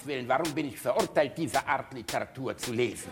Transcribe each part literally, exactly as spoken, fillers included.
Gottes Willen, warum bin ich verurteilt, diese Art Literatur zu lesen?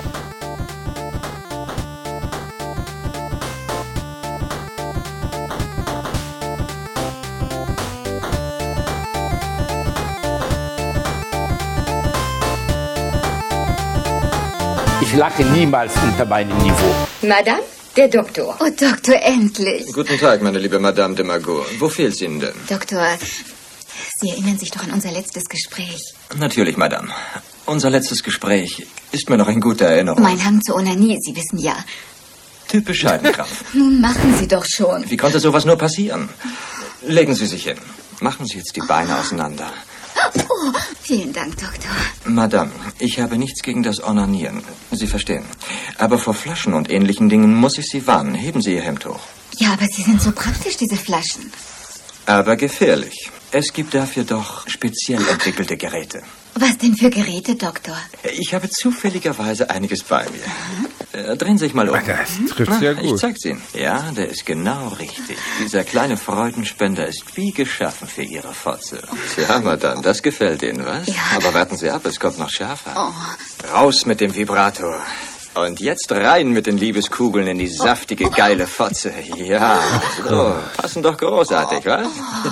Ich lache niemals unter meinem Niveau. Madame, der Doktor. Oh, Doktor, endlich. Guten Tag, meine liebe Madame de Margot. Wo fehlt's Ihnen denn? Doktor, Sie erinnern sich doch an unser letztes Gespräch. Natürlich, Madame. Unser letztes Gespräch ist mir noch in guter Erinnerung. Mein Hang zur Onanie, Sie wissen ja. Typisch Scheidenkrampf. Nun machen Sie doch schon. Wie konnte sowas nur passieren? Legen Sie sich hin. Machen Sie jetzt die Beine auseinander. Oh, vielen Dank, Doktor. Madame, ich habe nichts gegen das Onanieren. Sie verstehen. Aber vor Flaschen und ähnlichen Dingen muss ich Sie warnen. Heben Sie Ihr Hemd hoch. Ja, aber Sie sind so praktisch, diese Flaschen. Aber gefährlich. Es gibt dafür doch speziell entwickelte Geräte. Was denn für Geräte, Doktor? Ich habe zufälligerweise einiges bei mir. Äh, drehen Sie sich mal um. Das trifft ja gut. Ich zeig's Ihnen. Ja, der ist genau richtig. Dieser kleine Freudenspender ist wie geschaffen für Ihre Fotze. Tja, Madame, das gefällt Ihnen, was? Ja. Aber warten Sie ab, es kommt noch schärfer. Oh. Raus mit dem Vibrator. Und jetzt rein mit den Liebeskugeln in die saftige, geile Fotze. Ja, so, passen doch großartig, was?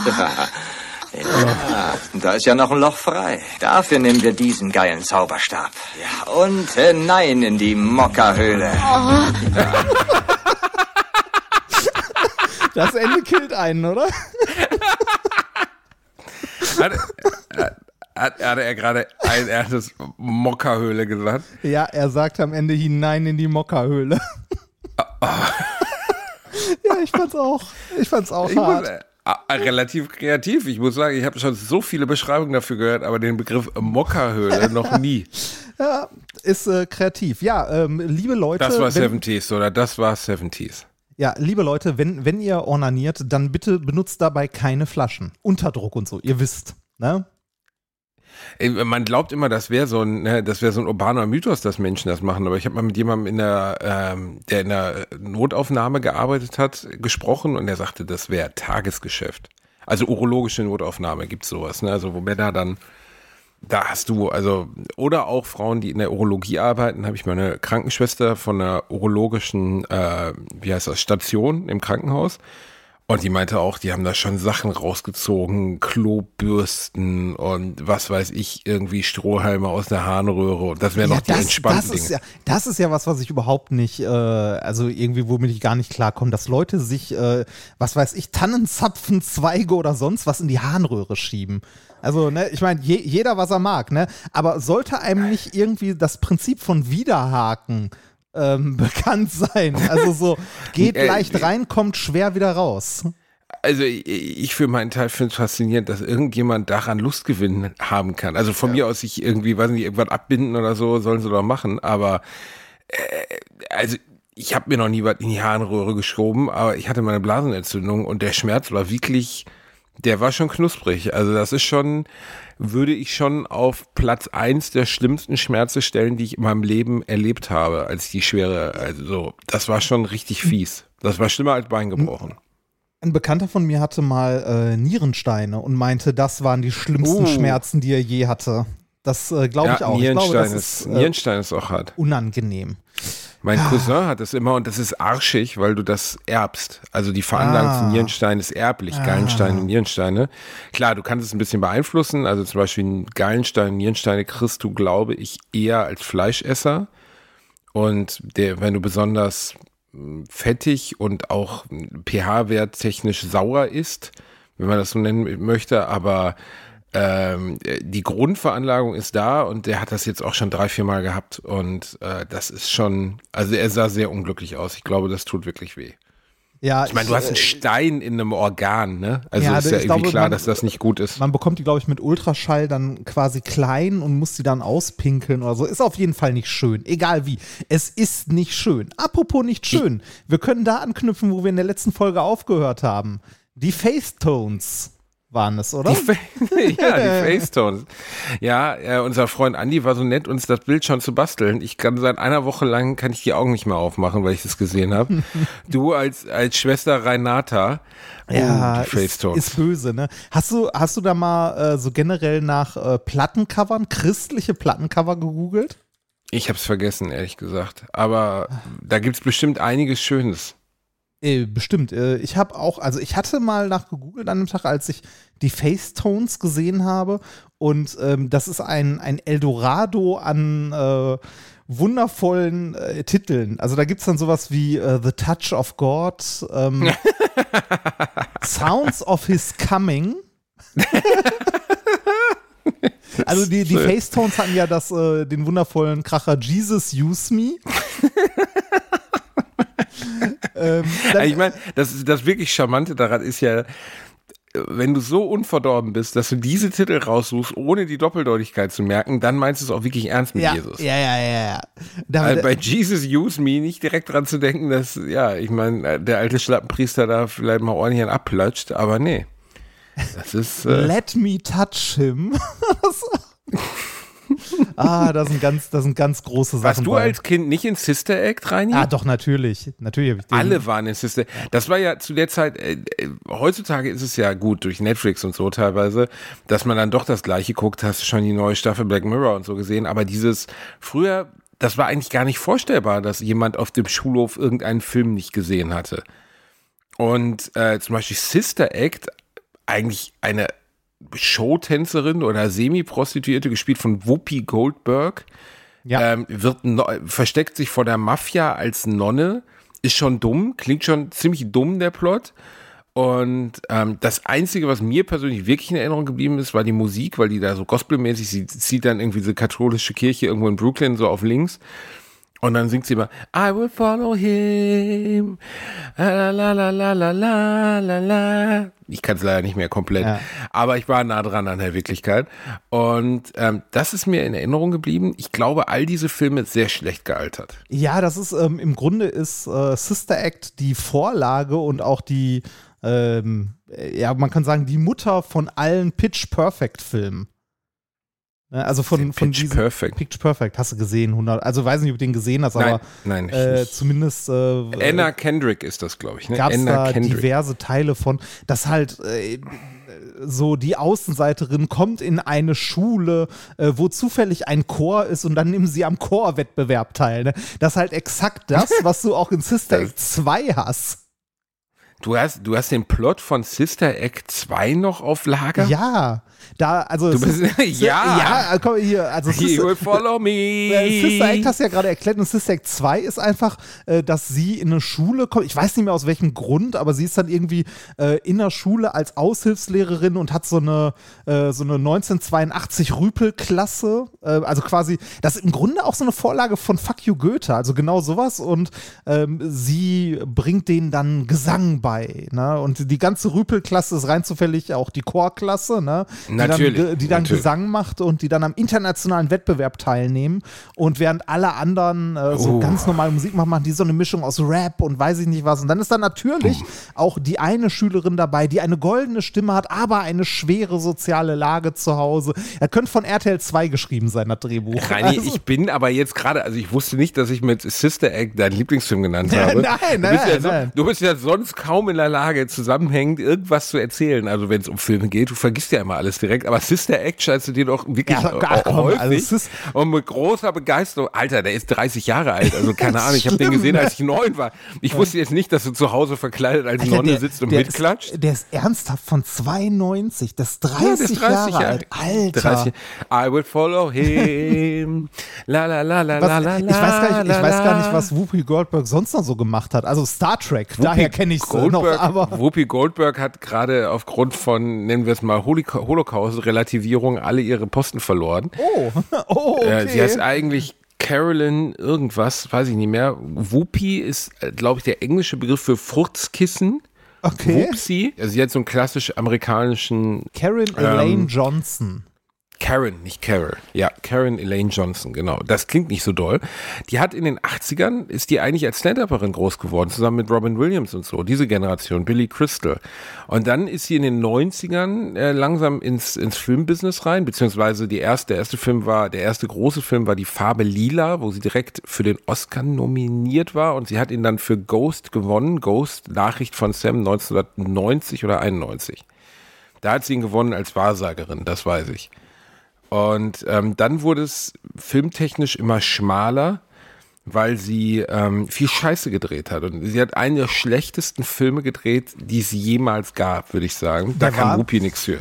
Ja, da ist ja noch ein Loch frei. Dafür nehmen wir diesen geilen Zauberstab. Ja, und hinein in die Mokka-Höhle. Oh. Das Ende killt einen, oder? Hat, hat, hat er gerade ein erstes Mokka-Höhle gesagt? Ja, er sagt am Ende hinein in die Mokka-Höhle. Oh. Ja, ich fand's auch. Ich fand's auch Ich hart. muss, äh, relativ kreativ. Ich muss sagen, ich habe schon so viele Beschreibungen dafür gehört, aber den Begriff Mokka-Höhle noch nie. Ja, ist äh, kreativ. Ja, ähm, liebe Leute. Das war wenn, siebziger oder das war siebziger. Ja, liebe Leute, wenn, wenn ihr ornaniert, dann bitte benutzt dabei keine Flaschen. Unterdruck und so, ihr wisst, ne? Man glaubt immer, das wäre so ein, ne, das wäre so ein urbaner Mythos, dass Menschen das machen. Aber ich habe mal mit jemandem in der, ähm, der in der Notaufnahme gearbeitet hat, gesprochen und er sagte, das wäre Tagesgeschäft. Also urologische Notaufnahme gibt's sowas, ne? Also wo Männer dann, da hast du, also oder auch Frauen, die in der Urologie arbeiten, habe ich mal eine Krankenschwester von einer urologischen, äh, wie heißt das, Station im Krankenhaus. Und die meinte auch, die haben da schon Sachen rausgezogen, Klobürsten und was weiß ich, irgendwie Strohhalme aus der Harnröhre. Und das wären Ja, noch die das, entspannten das ist Dinge. ja, das ist ja was, was ich überhaupt nicht, äh, also irgendwie, womit ich gar nicht klarkomme, dass Leute sich, äh, was weiß ich, Tannenzapfen, Zweige oder sonst was in die Harnröhre schieben. Also, ne, ich meine, je, jeder, was er mag, ne? Aber sollte einem nicht irgendwie das Prinzip von Widerhaken ähm, bekannt sein? Also so, geht Äh, leicht rein, kommt schwer wieder raus. Also ich, ich für meinen Teil finde es faszinierend, dass irgendjemand daran Lustgewinn haben kann. Also von ja. mir aus sich irgendwie, weiß nicht, irgendwas abbinden oder so, sollen sie doch machen. Aber äh, also ich habe mir noch nie was in die Harnröhre geschoben, aber ich hatte meine Blasenentzündung und der Schmerz war wirklich, der war schon knusprig. Also das ist schon, würde ich schon auf Platz eins der schlimmsten Schmerzen stellen, die ich in meinem Leben erlebt habe, als die schwere, also das war schon richtig fies. Das war schlimmer als Bein gebrochen. Ein Bekannter von mir hatte mal äh, Nierensteine und meinte, das waren die schlimmsten uh. Schmerzen, die er je hatte. Das äh, glaube ja, ich auch. Nierenstein ich glaube, das ist, ist äh, Nierenstein ist auch hart. Unangenehm. Mein Cousin hat das immer und das ist arschig, weil du das erbst. Also die Veranlagung Ah. von Nierenstein ist erblich, Ah. Gallensteine und Nierensteine. Klar, du kannst es ein bisschen beeinflussen. Also zum Beispiel Gallensteine, Nierensteine kriegst du, glaube ich, eher als Fleischesser. Und der, wenn du besonders fettig und auch pH-Wert technisch sauer isst, wenn man das so nennen möchte, aber ähm, die Grundveranlagung ist da und der hat das jetzt auch schon drei, vier Mal gehabt und äh, das ist schon, also er sah sehr unglücklich aus. Ich glaube, das tut wirklich weh. Ja, ich meine, du hast einen Stein in einem Organ, ne? Also ja, ist ja irgendwie glaube, klar, man, dass das nicht gut ist. Man bekommt die, glaube ich, mit Ultraschall dann quasi klein und muss die dann auspinkeln oder so. Ist auf jeden Fall nicht schön. Egal wie. Es ist nicht schön. Apropos nicht schön. Wir können da anknüpfen, wo wir in der letzten Folge aufgehört haben. Die Face Tones waren es, oder? Die Fa- ja, die Facetones. Ja, äh, unser Freund Andi war so nett, uns das Bild schon zu basteln. Ich kann seit einer Woche lang kann ich die Augen nicht mehr aufmachen, weil ich das gesehen habe. Du als als Schwester Renata. Oh, Ja, die ist, Facetones. ist böse, ne? Hast du, hast du da mal äh, so generell nach äh, Plattencovern, christliche Plattencover gegoogelt? Ich hab's vergessen, ehrlich gesagt. Aber da gibt's bestimmt einiges Schönes. Äh, bestimmt. Äh, ich habe auch, also ich hatte mal nach gegoogelt an dem Tag, als ich die Facetones gesehen habe. Und ähm, das ist ein, ein Eldorado an äh, wundervollen äh, Titeln. Also da gibt es dann sowas wie äh, The Touch of God, ähm, Sounds of His Coming. Also die, die Facetones hatten ja das, äh, den wundervollen Kracher Jesus Use Me. ähm, dann, Ich meine, das, das wirklich Charmante daran ist ja, wenn du so unverdorben bist, dass du diese Titel raussuchst, ohne die Doppeldeutigkeit zu merken, dann meinst du es auch wirklich ernst mit ja, Jesus. Ja, ja, ja, ja. Da, Also bei Jesus Use Me nicht direkt dran zu denken, dass, ja, ich meine, der alte Schlappenpriester da vielleicht mal ordentlich einen abplatscht, aber nee. Das ist. Äh Let me touch him. Ah, das sind ganz, das sind ganz große Sachen. Warst du bei. als Kind nicht in Sister Act, Reini? Ah, doch, natürlich. Natürlich habe ich den. Alle waren in Sister Act. Das war ja zu der Zeit, äh, äh, heutzutage ist es ja gut, durch Netflix und so teilweise, dass man dann doch das Gleiche guckt, hast du schon die neue Staffel Black Mirror und so gesehen, aber dieses, früher, das war eigentlich gar nicht vorstellbar, dass jemand auf dem Schulhof irgendeinen Film nicht gesehen hatte. Und äh, zum Beispiel Sister Act, eigentlich eine Showtänzerin oder Semi-Prostituierte, gespielt von Whoopi Goldberg, Ja. ähm, wird no- versteckt sich vor der Mafia als Nonne, ist schon dumm, klingt schon ziemlich dumm, der Plot. Und ähm, das Einzige, was mir persönlich wirklich in Erinnerung geblieben ist, war die Musik, weil die da so gospelmäßig, sie zieht dann irgendwie diese katholische Kirche irgendwo in Brooklyn so auf links. Und dann singt sie immer, I will follow him, la la la la la la la la. Ich kann es leider nicht mehr komplett, Ja. aber ich war nah dran an der Wirklichkeit. Und ähm, das ist mir in Erinnerung geblieben. Ich glaube, all diese Filme sehr schlecht gealtert. Ja, das ist ähm, im Grunde ist äh, Sister Act die Vorlage und auch die, ähm, ja, man kann sagen, die Mutter von allen Pitch Perfect Filmen. Ne, Also von, von Pitch diesen- Perfect. Pitch Perfect hast du gesehen, hundert, also weiß nicht, ob du den gesehen hast, Nein, aber nein, äh, nicht. zumindest äh, Anna Kendrick ist das, glaube ich. Ne? gab es Anna da Kendrick. diverse Teile von, dass halt äh, so die Außenseiterin kommt in eine Schule, äh, wo zufällig ein Chor ist und dann nehmen sie am Chorwettbewerb teil. Ne? Das ist halt exakt das, was du auch in Sister Act zwei hast. Du hast, du hast den Plot von Sister Act zwei noch auf Lager? Ja, da, also. Du bist, Sis- ja. Ja, komm hier, also. He Sister, will follow me. äh, Sister Act hast du ja gerade erklärt und Sister Act zwei ist einfach, äh, dass sie in eine Schule kommt. Ich weiß nicht mehr aus welchem Grund, aber sie ist dann irgendwie äh, in der Schule als Aushilfslehrerin und hat so eine, äh, so eine neunzehnhundertzweiundachtzig Rüpel-Klasse. Äh, also quasi, das ist im Grunde auch so eine Vorlage von Fuck You Goethe, also genau sowas. Und ähm, sie bringt denen dann Gesang bei. Ne? Und die ganze Rüpel-Klasse ist rein zufällig auch die Chorklasse, ne? Die Natürlich, Dann, die dann natürlich. Gesang macht und die dann am internationalen Wettbewerb teilnehmen. Und während alle anderen äh, so Oh. ganz normale Musik machen, machen die so eine Mischung aus Rap und weiß ich nicht was. Und dann ist dann natürlich auch die eine Schülerin dabei, die eine goldene Stimme hat, aber eine schwere soziale Lage zu Hause. Er könnte von R T L zwei geschrieben sein, das Drehbuch. Reini, Also- ich bin aber jetzt gerade, also ich wusste nicht, dass ich mit Sister Act deinen Lieblingsfilm genannt habe. Nein, du bist nein, ja so, nein. Du bist ja sonst kaum in der Lage, zusammenhängend irgendwas zu erzählen. Also wenn es um Filme geht, du vergisst ja immer alles direkt. Aber Sister Act scheinst du dir doch wirklich Ja, ach komm, häufig also Sis- und mit großer Begeisterung. Alter, der ist dreißig Jahre alt, also keine Ahnung. Ich habe den Schlimm, gesehen, ne? als ich neun war. Ich wusste jetzt nicht, dass du zu Hause verkleidet als Alter, Nonne der- sitzt und der mitklatscht. Ist, der ist ernsthaft von zweiundneunzig, das ist dreißig, Ja, das ist dreißig Jahre alt. Alter. dreißig. I will follow him. La la la la Was, la la. ich weiß gar nicht, ich la, weiß gar la. nicht, was Whoopi Goldberg sonst noch so gemacht hat. Also Star Trek, daher kenne ich es noch, Goldberg, aber Whoopi Goldberg hat gerade aufgrund von, nennen wir es mal, Holoca- Holocaust-Relativierung alle ihre Posten verloren. oh, oh, okay. Äh, sie heißt eigentlich Carolyn irgendwas, weiß ich nicht mehr. Whoopi ist, glaube ich, der englische Begriff für Furzkissen. okay. Whoopsie. Also sie hat so einen klassisch amerikanischen Karen Ähm, Elaine Johnson. Karen, nicht Carol. Ja, Karen Elaine Johnson, genau. Das klingt nicht so doll. Die hat in den achtzigern, ist die eigentlich als Stand-Upperin groß geworden, zusammen mit Robin Williams und so, diese Generation, Billy Crystal. Und dann ist sie in den neunzigern äh, langsam ins, ins Filmbusiness rein, beziehungsweise die erste, der erste Film war, der erste große Film war Die Farbe Lila, wo sie direkt für den Oscar nominiert war und sie hat ihn dann für Ghost gewonnen. Ghost, Nachricht von Sam, neunzehnhundertneunzig oder einundneunzig. Da hat sie ihn gewonnen als Wahrsagerin, das weiß ich. Und ähm, dann wurde es filmtechnisch immer schmaler, weil sie ähm, viel Scheiße gedreht hat. Und sie hat einen der schlechtesten Filme gedreht, die es jemals gab, würde ich sagen. Da kann Whoopi nichts für.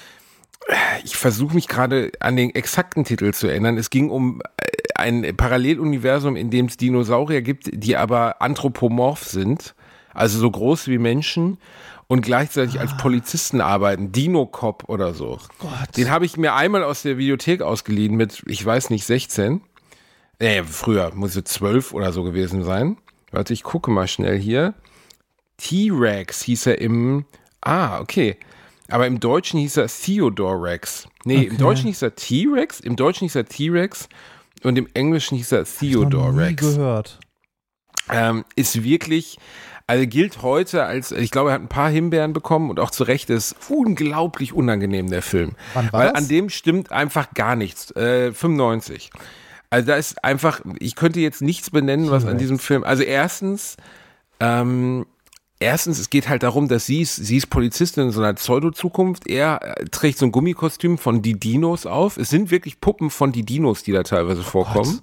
Ich versuche mich gerade an den exakten Titel zu erinnern. Es ging um ein Paralleluniversum, in dem es Dinosaurier gibt, die aber anthropomorph sind, also so groß wie Menschen und gleichzeitig ah. als Polizisten arbeiten. Dino-Cop oder so. Oh Gott. Den habe ich mir einmal aus der Videothek ausgeliehen mit, ich weiß nicht, sechzehn. Nee, früher, muss es zwölf oder so gewesen sein. Warte, ich gucke mal schnell hier. T-Rex hieß er im, ah, okay. Aber im Deutschen hieß er Theodore Rex. Nee, okay. Im Deutschen hieß er T-Rex, im Deutschen hieß er T-Rex und im Englischen hieß er Theodore Rex. Ich noch nie gehört. Ähm, ist wirklich, also gilt heute als, ich glaube, er hat ein paar Himbeeren bekommen und auch zu Recht ist unglaublich unangenehm, der Film. Wann war Weil das? An dem stimmt einfach gar nichts. Äh, fünfundneunzig. Also da ist einfach, ich könnte jetzt nichts benennen, was an diesem Film, also erstens, ähm, Erstens, es geht halt darum, dass sie ist, sie ist Polizistin in so einer Pseudo-Zukunft. Er äh, trägt so ein Gummikostüm von die Dinos auf. Es sind wirklich Puppen von die Dinos, die da teilweise vorkommen.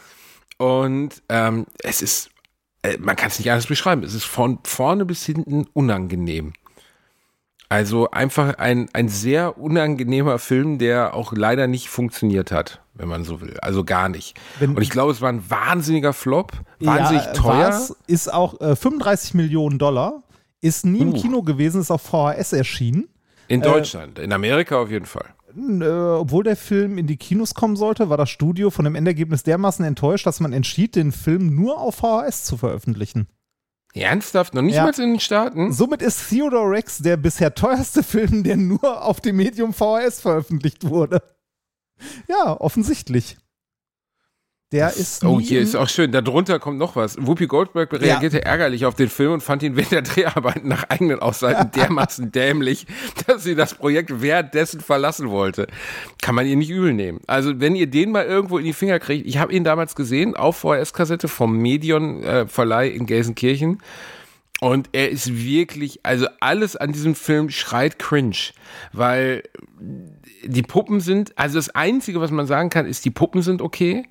Oh Und ähm, es ist, äh, man kann es nicht anders beschreiben, es ist von vorne bis hinten unangenehm. Also einfach ein, ein sehr unangenehmer Film, der auch leider nicht funktioniert hat, wenn man so will. Also gar nicht. Wenn, Und ich glaube, es war ein wahnsinniger Flop, wahnsinnig ja, teuer. Was ist auch äh, fünfunddreißig Millionen Dollar, ist nie im uh. Kino gewesen, ist auf V H S erschienen. In Deutschland, äh, in Amerika auf jeden Fall. Äh, obwohl der Film in die Kinos kommen sollte, war das Studio von dem Endergebnis dermaßen enttäuscht, dass man entschied, den Film nur auf V H S zu veröffentlichen. Ernsthaft? Noch nicht ja. mal in den Staaten? Somit ist Theodore Rex der bisher teuerste Film, der nur auf dem Medium V H S veröffentlicht wurde. Ja, offensichtlich. Der das, ist Oh, hier ist auch schön. Darunter kommt noch was. Whoopi Goldberg reagierte ja. ärgerlich auf den Film und fand ihn während der Dreharbeiten nach eigenen Aussagen dermaßen dämlich, dass sie das Projekt währenddessen verlassen wollte. Kann man ihr nicht übel nehmen. Also, wenn ihr den mal irgendwo in die Finger kriegt, ich habe ihn damals gesehen, auf V H S-Kassette vom Medion äh, Verleih in Gelsenkirchen. Und er ist wirklich, also alles an diesem Film schreit cringe, weil die Puppen sind, also das Einzige, was man sagen kann, ist, die Puppen sind okay.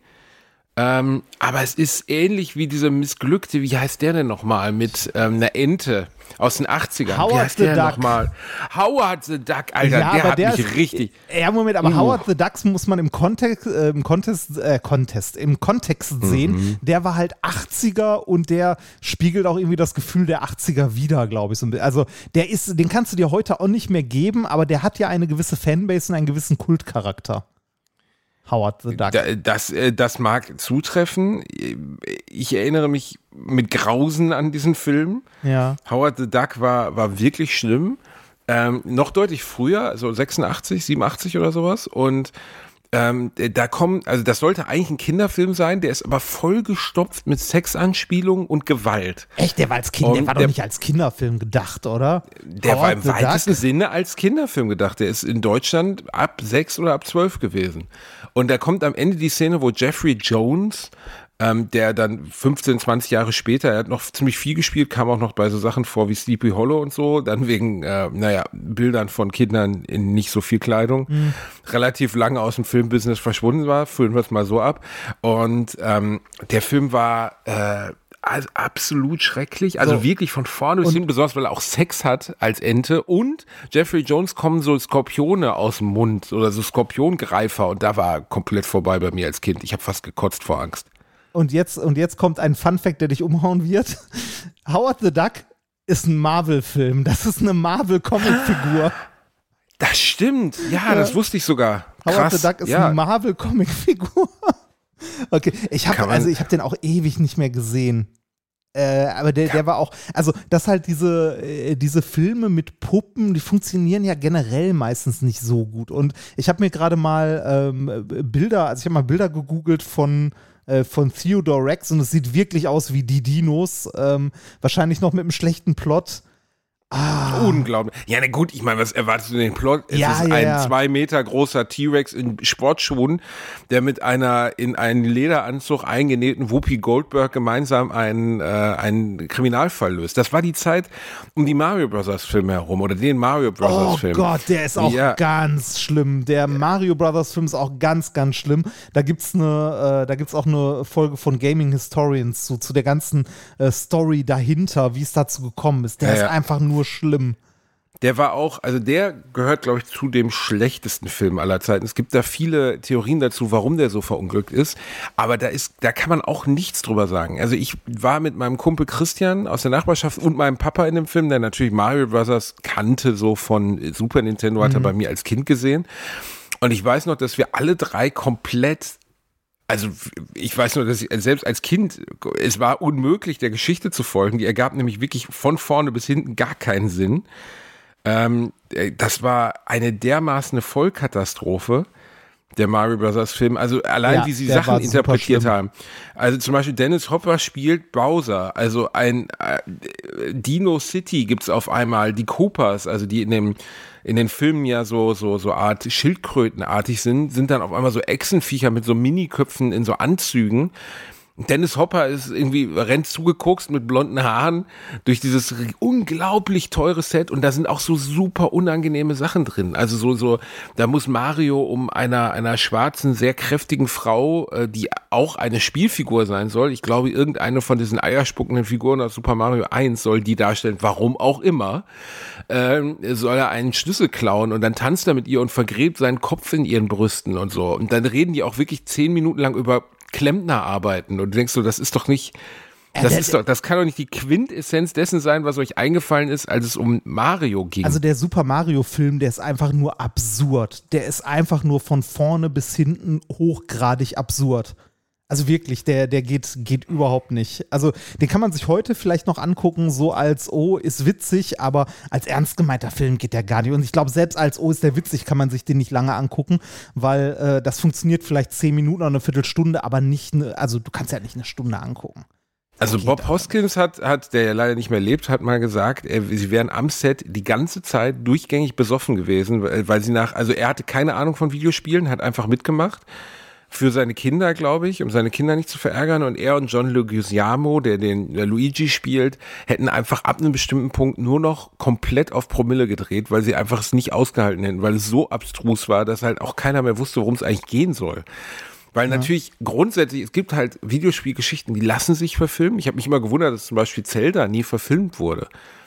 Ähm, aber es ist ähnlich wie dieser missglückte, wie heißt der denn nochmal, mit ähm, einer Ente aus den achtzigern. Howard wie heißt the der Duck. nochmal? Howard the Duck, Alter, ja, der hat der mich ist, richtig... Ja, Moment, aber uh. Howard the Duck muss man im Kontext, äh, im Contest, äh, Contest, im Kontext sehen. Mhm. Der war halt achtziger und der spiegelt auch irgendwie das Gefühl der achtziger wider, glaube ich. Also der ist, den kannst du dir heute auch nicht mehr geben, aber der hat ja eine gewisse Fanbase und einen gewissen Kultcharakter. Howard the Duck. Das, das mag zutreffen. Ich erinnere mich mit Grausen an diesen Film. Ja. Howard the Duck war, war wirklich schlimm. Ähm, noch deutlich früher, also sechsundachtzig, siebenundachtzig oder sowas. Und ähm, da kommen, also das sollte eigentlich ein Kinderfilm sein, der ist aber vollgestopft mit Sexanspielungen und Gewalt. Echt? Der war als Kind, der war der, doch nicht als Kinderfilm gedacht, oder? Der Howard war im weitesten Duck? Sinne als Kinderfilm gedacht. Der ist in Deutschland ab sechs oder ab zwölf gewesen. Und da kommt am Ende die Szene, wo Jeffrey Jones, ähm, der dann fünfzehn, zwanzig Jahre später, er hat noch ziemlich viel gespielt, kam auch noch bei so Sachen vor wie Sleepy Hollow und so, dann wegen, äh, naja, Bildern von Kindern in nicht so viel Kleidung, mhm. relativ lange aus dem Filmbusiness verschwunden war, füllen wir es mal so ab. Und ähm, der Film war äh, also absolut schrecklich, also so. Wirklich von vorne bis hin, besonders weil er auch Sex hat als Ente und Jeffrey Jones kommen so Skorpione aus dem Mund oder so Skorpiongreifer und da war komplett vorbei bei mir als Kind. Ich habe fast gekotzt vor Angst. Und jetzt, und jetzt kommt ein Funfact, der dich umhauen wird. Howard the Duck ist ein Marvel-Film. Das ist eine Marvel-Comic-Figur. Das stimmt. Ja, ja, das wusste ich sogar. Krass. Howard the Duck ist ja. eine Marvel-Comic-Figur. Okay, ich habe also ich habe den auch ewig nicht mehr gesehen. Äh, aber der, der war auch, also dass halt diese, äh, diese Filme mit Puppen, die funktionieren ja generell meistens nicht so gut. Und ich habe mir gerade mal ähm, Bilder, also ich habe mal Bilder gegoogelt von äh, von Theodore Rex und es sieht wirklich aus wie die Dinos, ähm, wahrscheinlich noch mit einem schlechten Plot. Ah. Unglaublich. Ja, na gut, ich meine, was erwartest du denn den Plot? Es Ja, ist ja, ein ja. zwei Meter großer T-Rex in Sportschuhen, der mit einer in einen Lederanzug eingenähten Whoopi Goldberg gemeinsam einen, äh, einen Kriminalfall löst. Das war die Zeit um die Mario Brothers Filme herum oder den Mario Brothers Oh Film. Gott, der ist auch Ja. ganz schlimm. Der Mario Brothers Film ist auch ganz, ganz schlimm. Da gibt's eine, äh, da gibt's auch eine Folge von Gaming Historians zu, zu der ganzen äh, Story dahinter, wie es dazu gekommen ist. Der Ja, ist ja. einfach nur schlimm. Der war auch, also der gehört, glaube ich, zu dem schlechtesten Film aller Zeiten. Es gibt da viele Theorien dazu, warum der so verunglückt ist. Aber da ist, da kann man auch nichts drüber sagen. Also ich war mit meinem Kumpel Christian aus der Nachbarschaft und meinem Papa in dem Film, der natürlich Mario Brothers kannte, so von Super Nintendo, hat er bei mir als Kind gesehen. Und ich weiß noch, dass wir alle drei komplett, also ich weiß nur, dass ich selbst als Kind, es war unmöglich, der Geschichte zu folgen. Die ergab nämlich wirklich von vorne bis hinten gar keinen Sinn. Ähm, das war eine dermaßen Vollkatastrophe, der Mario Brothers Film. Also allein, Ja, wie sie der war Sachen super interpretiert schlimm. haben. Also zum Beispiel Dennis Hopper spielt Bowser. Also ein äh, Dino City gibt's auf einmal. Die Koopas, also die in dem in den Filmen ja so so so Art Schildkrötenartig sind, sind dann auf einmal so Echsenviecher mit so Miniköpfen in so Anzügen. Dennis Hopper ist irgendwie, rennt zugekokst mit blonden Haaren durch dieses unglaublich teure Set und da sind auch so super unangenehme Sachen drin. Also so, so, da muss Mario um einer, einer schwarzen, sehr kräftigen Frau, äh, die auch eine Spielfigur sein soll. Ich glaube, irgendeine von diesen eierspuckenden Figuren aus Super Mario eins soll die darstellen, warum auch immer, ähm, soll er einen Schlüssel klauen und dann tanzt er mit ihr und vergräbt seinen Kopf in ihren Brüsten und so. Und dann reden die auch wirklich zehn Minuten lang über Klempner arbeiten und du denkst so, das ist doch nicht, das ist doch, das kann doch nicht die Quintessenz dessen sein, was euch eingefallen ist, als es um Mario ging. Also der Super Mario Film, der ist einfach nur absurd. Der ist einfach nur von vorne bis hinten hochgradig absurd. Also wirklich, der, der geht, geht überhaupt nicht. Also den kann man sich heute vielleicht noch angucken, so als, oh, ist witzig, aber als ernst gemeinter Film geht der gar nicht. Und ich glaube, selbst als, oh, ist der witzig, kann man sich den nicht lange angucken, weil äh, das funktioniert vielleicht zehn Minuten oder eine Viertelstunde, aber nicht, ne, also du kannst ja nicht eine Stunde angucken. Also geht Bob doch. Hoskins hat, hat, der ja leider nicht mehr lebt, hat mal gesagt, er, sie wären am Set die ganze Zeit durchgängig besoffen gewesen, weil, weil sie nach, also er hatte keine Ahnung von Videospielen, hat einfach mitgemacht. Für seine Kinder, glaube ich, um seine Kinder nicht zu verärgern. Und er und John Leguizamo, der den der Luigi spielt, hätten einfach ab einem bestimmten Punkt nur noch komplett auf Promille gedreht, weil sie einfach es nicht ausgehalten hätten, weil es so abstrus war, dass halt auch keiner mehr wusste, worum es eigentlich gehen soll. Weil ja. natürlich grundsätzlich, es gibt halt Videospielgeschichten, die lassen sich verfilmen. Ich habe mich immer gewundert, dass zum Beispiel Zelda nie verfilmt wurde.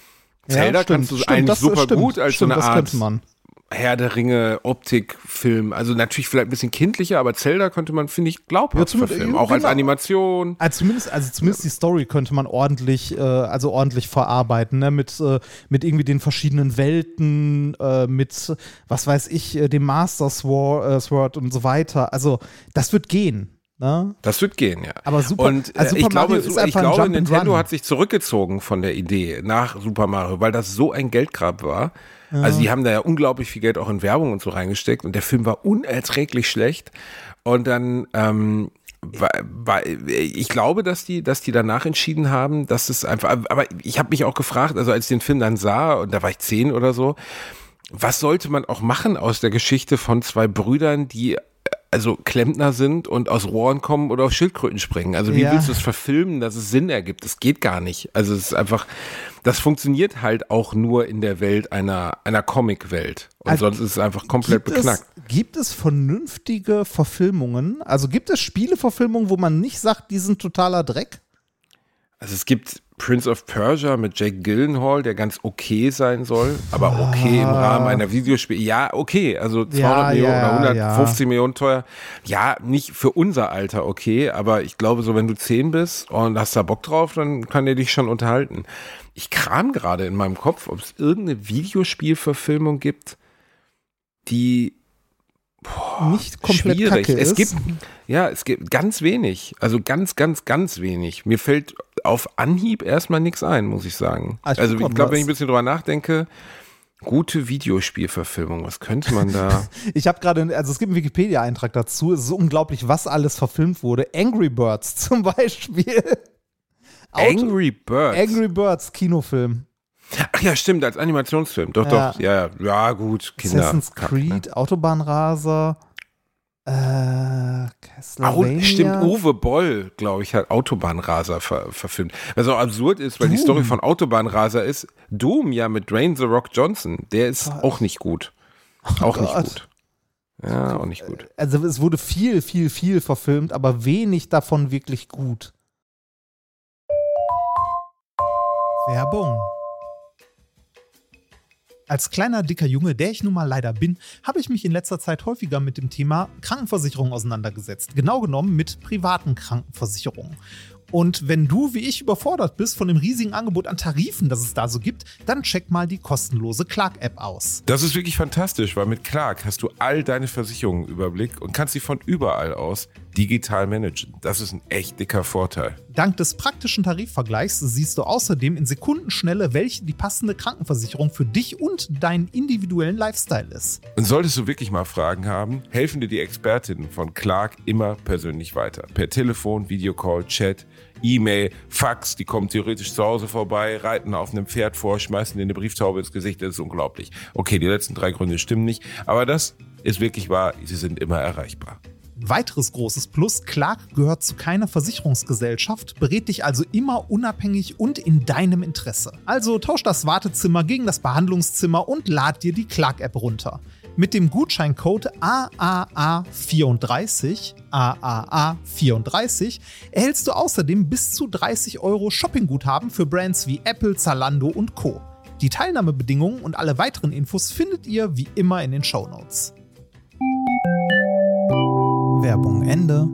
Zelda ja, stimmt, kannst du stimmt, eigentlich das, super stimmt, gut als stimmt, so eine das Art könnte man. Herr der Ringe, Optikfilm, also natürlich vielleicht ein bisschen kindlicher, aber Zelda könnte man, finde ich, glaubhaft Ja, zum- verfilmen, auch als genau. Animation. Also zumindest, also zumindest die Story könnte man ordentlich, äh, also ordentlich verarbeiten, ne? Mit, äh, mit irgendwie den verschiedenen Welten, äh, mit, was weiß ich, äh, dem Master Sword, äh, Sword und so weiter. Also das wird gehen. Ne? Das wird gehen, ja. Aber super, Und äh, also ich Super glaube, Mario ist so, ich einfach ein glaube Jump and Nintendo Run. hat sich zurückgezogen von der Idee nach Super Mario, weil das so ein Geldgrab war. Also die haben da ja unglaublich viel Geld auch in Werbung und so reingesteckt und der Film war unerträglich schlecht. Und dann ähm, war, war, ich glaube, dass die, dass die danach entschieden haben, dass es einfach, aber ich habe mich auch gefragt, also als ich den Film dann sah, und da war ich zehn oder so, was sollte man auch machen aus der Geschichte von zwei Brüdern, die also Klempner sind und aus Rohren kommen oder auf Schildkröten springen. Also wie Ja. willst du es verfilmen, dass es Sinn ergibt? Das geht gar nicht. Also es ist einfach, das funktioniert halt auch nur in der Welt einer, einer Comic-Welt. Und Also sonst ist es einfach komplett Gibt beknackt. es, gibt es vernünftige Verfilmungen? Also gibt es Spieleverfilmungen, wo man nicht sagt, die sind totaler Dreck? Also es gibt Prince of Persia mit Jake Gyllenhaal, der ganz okay sein soll, aber okay im Rahmen einer Videospiel. Ja, okay, also zweihundert Ja, Millionen ja, oder hundertfünfzig ja. Millionen teuer. Ja, nicht für unser Alter okay, aber ich glaube so, wenn du zehn bist und hast da Bock drauf, dann kann der dich schon unterhalten. Ich kram gerade in meinem Kopf, ob es irgendeine Videospielverfilmung gibt, die Nicht komplett schwierig. kacke Es ist. gibt, ja, es gibt ganz wenig, also ganz, ganz, ganz wenig. Mir fällt auf Anhieb erstmal nichts ein, muss ich sagen. Ah, ich also guck ich mal, glaube, wenn was- ich ein bisschen drüber nachdenke, gute Videospielverfilmung, was könnte man da... Ich habe gerade, also es gibt einen Wikipedia-Eintrag dazu. Es ist unglaublich, was alles verfilmt wurde. Angry Birds zum Beispiel. Auto- Angry Birds? Angry Birds, Kinofilm. Ach ja, stimmt, als Animationsfilm. Doch, Ja. doch, ja, ja, gut, Kinder. Assassin's Creed, Autobahnraser, äh, Au, Castlevania. stimmt, Uwe Boll, glaube ich, hat Autobahnraser ver verfilmt. Was auch absurd ist, weil die Doom. Story von Autobahnraser ist, Doom ja mit Dwayne The Rock Johnson, der ist auch nicht gut. Auch nicht Gott. gut. Ja, auch nicht gut. Also es wurde viel, viel, viel verfilmt, aber wenig davon wirklich gut. Werbung. Als kleiner, dicker Junge, der ich nun mal leider bin, habe ich mich in letzter Zeit häufiger mit dem Thema Krankenversicherung auseinandergesetzt. Genau genommen mit privaten Krankenversicherungen. Und wenn du, wie ich, überfordert bist von dem riesigen Angebot an Tarifen, das es da so gibt, dann check mal die kostenlose Clark-App aus. Das ist wirklich fantastisch, weil mit Clark hast du all deine Versicherungen im Überblick und kannst sie von überall aus digital managen. Das ist ein echt dicker Vorteil. Dank des praktischen Tarifvergleichs siehst du außerdem in Sekundenschnelle, welche die passende Krankenversicherung für dich und deinen individuellen Lifestyle ist. Und solltest du wirklich mal Fragen haben, helfen dir die Expertinnen von Clark immer persönlich weiter. Per Telefon, Videocall, Chat, E-Mail, Fax, die kommen theoretisch zu Hause vorbei, reiten auf einem Pferd vor, schmeißen dir eine Brieftaube ins Gesicht, das ist unglaublich. Okay, die letzten drei Gründe stimmen nicht, aber das ist wirklich wahr, sie sind immer erreichbar. Weiteres großes Plus, Clark gehört zu keiner Versicherungsgesellschaft, berät dich also immer unabhängig und in deinem Interesse. Also tausch das Wartezimmer gegen das Behandlungszimmer und lad dir die Clark-App runter. Mit dem Gutscheincode A A A vierunddreißig, A A A vierunddreißig, erhältst du außerdem bis zu dreißig Euro Shoppingguthaben für Brands wie Apple, Zalando und Co. Die Teilnahmebedingungen und alle weiteren Infos findet ihr wie immer in den Shownotes. Werbung Ende.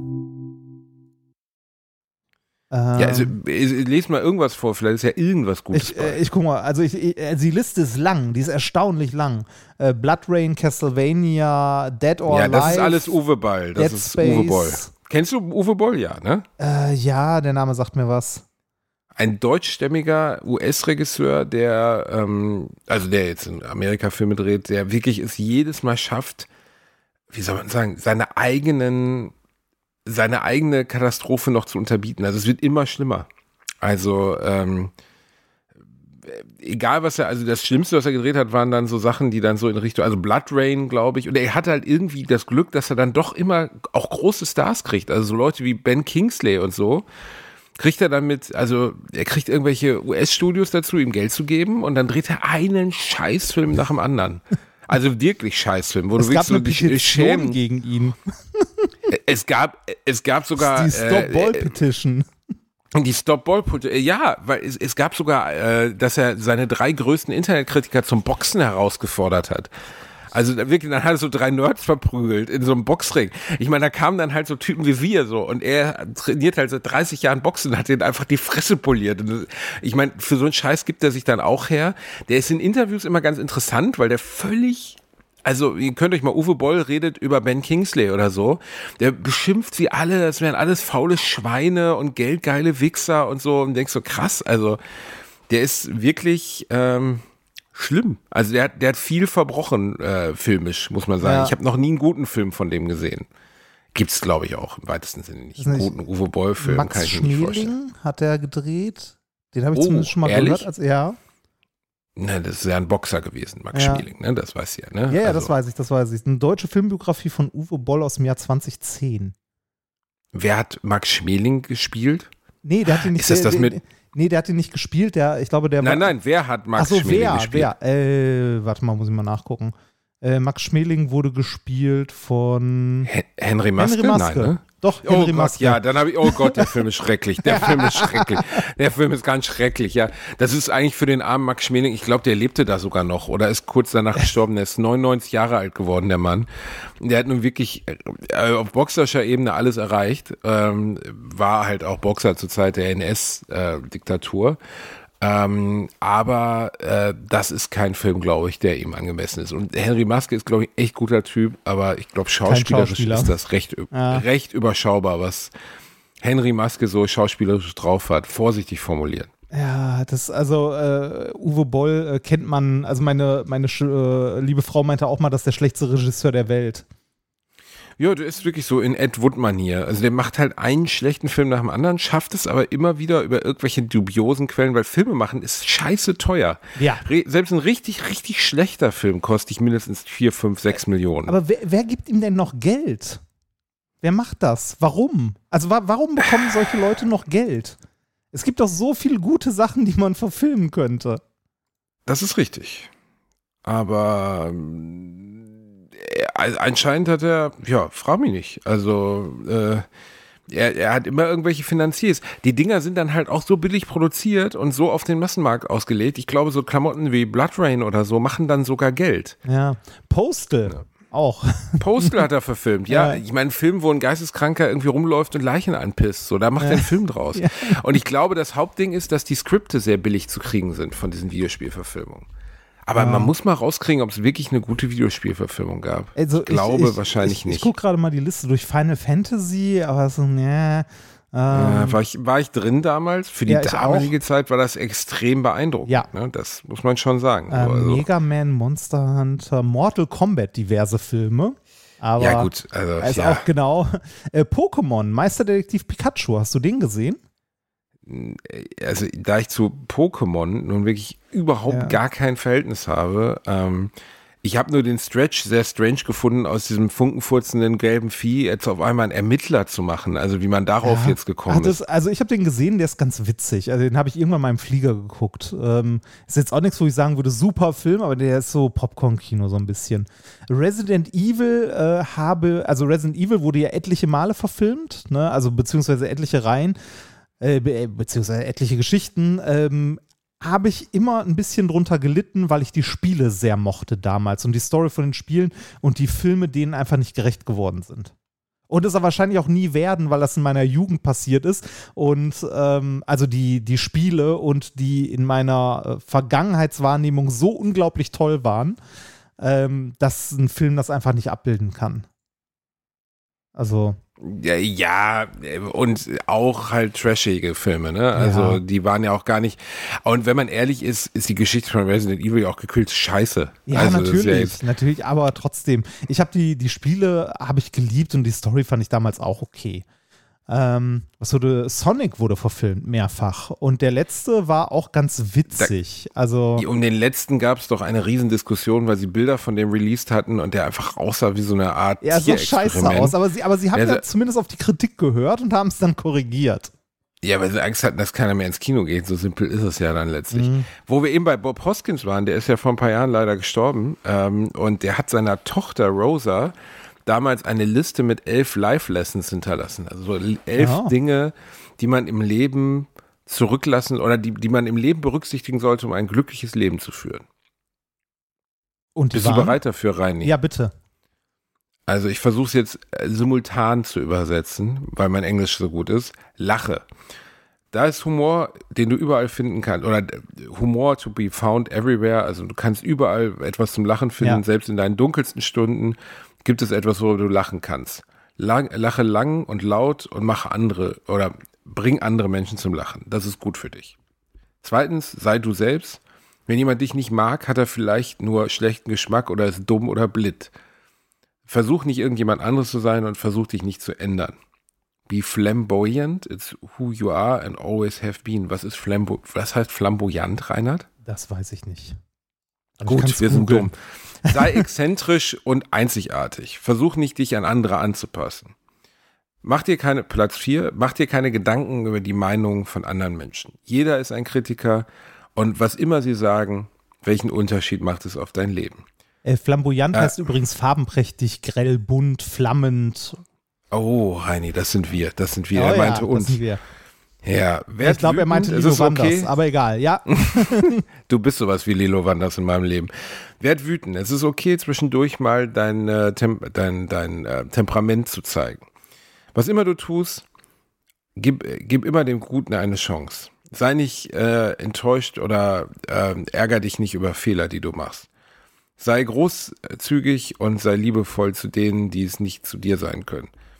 Ja, also äh, lest mal irgendwas vor, vielleicht ist ja irgendwas Gutes Ich, bei. äh, ich guck mal, also ich, ich, also die Liste ist lang, die ist erstaunlich lang. Äh, Blood Rain, Castlevania, Dead or Ja, Alive. das ist alles Uwe Boll. Das Dead ist Space. Uwe Boll. Kennst du Uwe Boll? Ja, ne? Äh, ja, der Name sagt mir was. Ein deutschstämmiger U S-Regisseur, der, ähm, also der jetzt in Amerika Filme dreht, der wirklich es jedes Mal schafft, wie soll man sagen, seine eigenen, seine eigene Katastrophe noch zu unterbieten. Also es wird immer schlimmer. Also, ähm, egal was er, also das Schlimmste, was er gedreht hat, waren dann so Sachen, die dann so in Richtung, also Blood Rain, glaube ich, und er hatte halt irgendwie das Glück, dass er dann doch immer auch große Stars kriegt, also so Leute wie Ben Kingsley und so, kriegt er dann mit, also er kriegt irgendwelche U S-Studios dazu, ihm Geld zu geben und dann dreht er einen Scheißfilm nach dem anderen. Also wirklich Scheißfilm, wo Es du gab wirklich eine so dich Petition schämen. gegen ihn. Es gab, es gab sogar Die Stop-Ball-Petition. Äh, die Stop-Ball-Petition, ja, weil es, es gab sogar, äh, dass er seine drei größten Internetkritiker zum Boxen herausgefordert hat. Also da wirklich, dann hat er so drei Nerds verprügelt in so einem Boxring. Ich meine, da kamen dann halt so Typen wie wir so und er trainiert halt seit dreißig Jahren Boxen und hat denen einfach die Fresse poliert. Und ich meine, für so einen Scheiß gibt er sich dann auch her. Der ist in Interviews immer ganz interessant, weil der völlig, also ihr könnt euch mal, Uwe Boll redet über Ben Kingsley oder so, der beschimpft sie alle, das wären alles faule Schweine und geldgeile Wichser und so und denkst so, krass, also der ist wirklich, ähm, schlimm. Also der hat, der hat viel verbrochen, äh, filmisch, muss man sagen. Ja. Ich habe noch nie einen guten Film von dem gesehen. Gibt's, glaube ich, auch im weitesten Sinne nicht. Ist Einen nicht guten Uwe Boll-Film Max kann ich mir nicht vorstellen. Schmeling hat er gedreht. Den habe ich Oh, zumindest schon mal ehrlich? gehört. Als, ja, Ne, das ist ja ein Boxer gewesen, Max Ja. Schmeling, ne? Das weiß ich ja, ne? ja, ja Also, das weiß ich, das weiß ich. Eine deutsche Filmbiografie von Uwe Boll aus dem Jahr zweitausendzehn. Wer hat Max Schmeling gespielt? Nee, der hat ihn nicht Ist das der, das der, mit- Nee, der hat ihn nicht gespielt. Der, ich glaube, der Nein, war. nein, wer hat Max Ach so, Schmeling wer, gespielt? wer? Äh, warte mal, muss ich mal nachgucken. Äh, Max Schmeling wurde gespielt von Hen- Henry Maske? Henry Maske. Nein, ne? Doch, Oh Henry Gott, Maske. ja, dann habe ich, oh Gott, der Film ist schrecklich. Der Film ist schrecklich. Der Film ist ganz schrecklich, ja. Das ist eigentlich für den armen Max Schmeling, ich glaube, der lebte da sogar noch oder ist kurz danach gestorben. Der ist neunundneunzig Jahre alt geworden, der Mann. Der hat nun wirklich äh, auf boxerischer Ebene alles erreicht. Ähm, war halt auch Boxer zur Zeit der N S-Diktatur. Ähm, aber äh, das ist kein Film, glaube ich, der ihm angemessen ist. Und Henry Maske ist, glaube ich, echt guter Typ, aber ich glaube, schauspielerisch Schauspieler. ist das recht, Ja. recht überschaubar, was, Henry Maske so schauspielerisch drauf hat, vorsichtig formuliert. Ja, das, also äh, Uwe Boll äh, kennt man, also meine, meine äh, liebe Frau meinte auch mal, das ist der schlechteste Regisseur der Welt. Ja, der ist wirklich so in Ed Wood-Manier. Also der macht halt einen schlechten Film nach dem anderen, schafft es aber immer wieder über irgendwelche dubiosen Quellen, weil Filme machen ist scheiße teuer. Ja. Re- selbst ein richtig, richtig schlechter Film kostet dich mindestens vier, fünf, sechs Millionen. Aber wer, wer gibt ihm denn noch Geld? Wer macht das? Warum? Also wa- warum bekommen solche Leute noch Geld? Es gibt doch so viele gute Sachen, die man verfilmen könnte. Das ist richtig. Aber äh, anscheinend hat er, ja, frag mich nicht. Also äh, er, er hat immer irgendwelche Finanziers. Die Dinger sind dann halt auch so billig produziert und so auf den Massenmarkt ausgelegt. Ich glaube, so Klamotten wie Blood Rain oder so machen dann sogar Geld. Ja. Postal. Ja. Auch. Postal hat er verfilmt, ja. ja. Ich meine, ein Film, wo ein Geisteskranker irgendwie rumläuft und Leichen anpisst, so, da macht ja. er einen Film draus. Ja. Und ich glaube, das Hauptding ist, dass die Skripte sehr billig zu kriegen sind von diesen Videospielverfilmungen. Aber ja. man muss mal rauskriegen, ob es wirklich eine gute Videospielverfilmung gab. Also ich glaube ich, ich, ich, wahrscheinlich nicht. Ich gucke gerade mal die Liste durch Final Fantasy, aber so, ne. Ähm, ja, war, ich, war ich drin damals? Für die ja, damalige auch. Zeit war das extrem beeindruckend. Ja. Ne? Das muss man schon sagen. Ähm, also. Mega Man, Monster Hunter, Mortal Kombat, diverse Filme. Aber ja gut, also ist ja. auch genau. Äh, Pokémon, Meisterdetektiv Pikachu, hast du den gesehen? Also da ich zu Pokémon nun wirklich überhaupt ja. gar kein Verhältnis habe, ähm, ich habe nur den Stretch sehr strange gefunden, aus diesem funkenfurzenden gelben Vieh jetzt auf einmal einen Ermittler zu machen. Also wie man darauf ja. jetzt gekommen Ach, das, ist. Also ich habe den gesehen, der ist ganz witzig. Also den habe ich irgendwann mal im Flieger geguckt. Ähm, ist jetzt auch nichts, wo ich sagen würde, super Film, aber der ist so Popcorn-Kino so ein bisschen. Resident Evil äh, habe, also Resident Evil wurde ja etliche Male verfilmt, ne? Also beziehungsweise etliche Reihen, äh, be- beziehungsweise etliche Geschichten. Ähm, habe ich immer ein bisschen drunter gelitten, weil ich die Spiele sehr mochte damals und die Story von den Spielen und die Filme denen einfach nicht gerecht geworden sind. Und es wahrscheinlich auch nie werden, weil das in meiner Jugend passiert ist und ähm, also die, die Spiele und die in meiner äh, Vergangenheitswahrnehmung so unglaublich toll waren, ähm, dass ein Film das einfach nicht abbilden kann. Also Ja, ja, und auch halt trashige Filme, ne? Also ja. die waren ja auch gar nicht. Und wenn man ehrlich ist, ist die Geschichte von Resident Evil ja auch gekühlt scheiße. Ja, also natürlich, ja natürlich, aber trotzdem. Ich habe die, die Spiele habe ich geliebt und die Story fand ich damals auch okay. Ähm, was wurde, Sonic wurde verfilmt, mehrfach. Und der letzte war auch ganz witzig. Da, also um den letzten gab es doch eine Riesendiskussion, weil sie Bilder von dem released hatten und der einfach aussah wie so eine Art Ja, so scheiße aus. Aber sie, aber sie haben ja, ja zumindest auf die Kritik gehört und haben es dann korrigiert. Ja, weil sie Angst hatten, dass keiner mehr ins Kino geht. So simpel ist es ja dann letztlich. Mhm. Wo wir eben bei Bob Hoskins waren, der ist ja vor ein paar Jahren leider gestorben. Ähm, und der hat seiner Tochter Rosa damals eine Liste mit elf Life-Lessons hinterlassen. Also so elf ja. Dinge, die man im Leben zurücklassen oder die, die man im Leben berücksichtigen sollte, um ein glückliches Leben zu führen. Und Bist waren? du bereit dafür, Reini? Ja, bitte. Also ich versuche es jetzt simultan zu übersetzen, weil mein Englisch so gut ist. Lache. Da ist Humor, den du überall finden kannst, oder Humor to be found everywhere. Also du kannst überall etwas zum Lachen finden, ja. Selbst in deinen dunkelsten Stunden gibt es etwas, wo du lachen kannst. Lang, lache lang und laut und mach andere oder bring andere Menschen zum Lachen. Das ist gut für dich. Zweitens, sei du selbst. Wenn jemand dich nicht mag, hat er vielleicht nur schlechten Geschmack oder ist dumm oder blind. Versuch nicht irgendjemand anderes zu sein und versuch dich nicht zu ändern. Be flamboyant, it's who you are and always have been. Was ist flambo- was heißt flamboyant, Reinhard? Das weiß ich nicht. Aber Gut, wir sind dumm. Sei exzentrisch und einzigartig. Versuch nicht, dich an andere anzupassen. Mach dir keine, Platz vier, mach dir keine Gedanken über die Meinungen von anderen Menschen. Jeder ist ein Kritiker und was immer sie sagen, welchen Unterschied macht es auf dein Leben? Äh, flamboyant äh, heißt übrigens farbenprächtig, grell, bunt, flammend. Oh, Reini, das sind wir, das sind wir. Oh, er meinte ja, uns. Das sind wir. Ja, wer ich glaube, er meinte Lilo Wanders, okay? Aber egal, ja. Du bist sowas wie Lilo Wanders in meinem Leben. Werd wütend. Es ist okay, zwischendurch mal dein, äh, Tem- dein, dein äh, Temperament zu zeigen. Was immer du tust, gib, gib immer dem Guten eine Chance. Sei nicht äh, enttäuscht oder äh, ärger dich nicht über Fehler, die du machst. Sei großzügig und sei liebevoll zu denen, die es nicht zu dir sein können.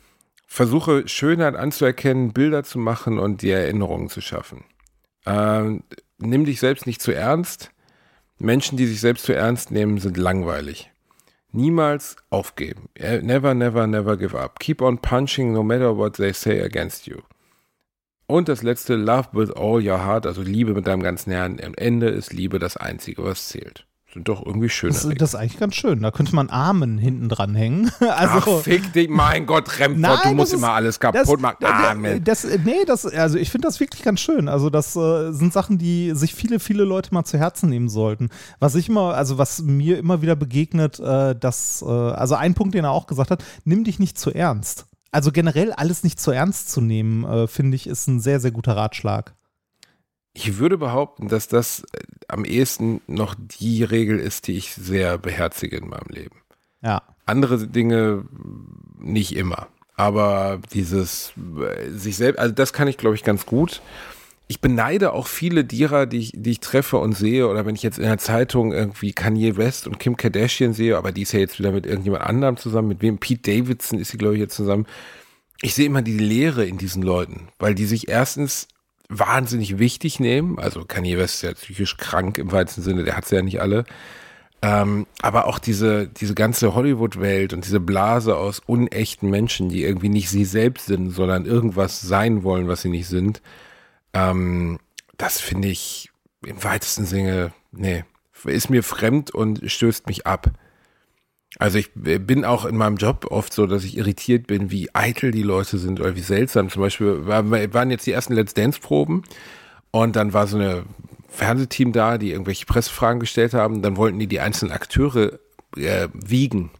versuche Schönheit anzuerkennen, Bilder zu machen und die Erinnerungen zu schaffen. Ähm, nimm dich selbst nicht zu ernst. Menschen, die sich selbst zu ernst nehmen, sind langweilig. Niemals aufgeben. Never, never, never give up. Keep on punching no matter what they say against you. Und das letzte, love with all your heart, also Liebe mit deinem ganzen Herzen. Am Ende ist Liebe das Einzige, was zählt. Sind doch irgendwie schöne Das, das ist eigentlich ganz schön. Da könnte man Amen hinten dran hängen. Also, Ach, fick dich, mein Gott, Remford, du musst ist, immer alles kaputt machen. Amen. Das, das, nee, das, also ich finde das wirklich ganz schön. Also das äh, sind Sachen, die sich viele, viele Leute mal zu Herzen nehmen sollten. Was ich immer, also was mir immer wieder begegnet, äh, dass, äh, also ein Punkt, den er auch gesagt hat, nimm dich nicht zu ernst. Also generell alles nicht zu ernst zu nehmen, äh, finde ich, ist ein sehr, sehr guter Ratschlag. Ich würde behaupten, dass das am ehesten noch die Regel ist, die ich sehr beherzige in meinem Leben. Ja. Andere Dinge nicht immer. Aber dieses sich selbst, also das kann ich, glaube ich, ganz gut. Ich beneide auch viele derer, die ich, die ich treffe und sehe, oder wenn ich jetzt in der Zeitung irgendwie Kanye West und Kim Kardashian sehe, aber die ist ja jetzt wieder mit irgendjemand anderem zusammen, mit wem? Pete Davidson ist sie, glaube ich, jetzt zusammen. Ich sehe immer die Leere in diesen Leuten, weil die sich erstens wahnsinnig wichtig nehmen, also Kanye West ist ja psychisch krank im weitesten Sinne, der hat es ja nicht alle, ähm, aber auch diese, diese ganze Hollywood-Welt und diese Blase aus unechten Menschen, die irgendwie nicht sie selbst sind, sondern irgendwas sein wollen, was sie nicht sind, ähm, das finde ich im weitesten Sinne, nee, ist mir fremd und stößt mich ab. Also ich bin auch in meinem Job oft so, dass ich irritiert bin, wie eitel die Leute sind oder wie seltsam. Zum Beispiel waren jetzt die ersten Let's Dance-Proben und dann war so eine Fernsehteam da, die irgendwelche Pressefragen gestellt haben. Dann wollten die die einzelnen Akteure äh, wiegen.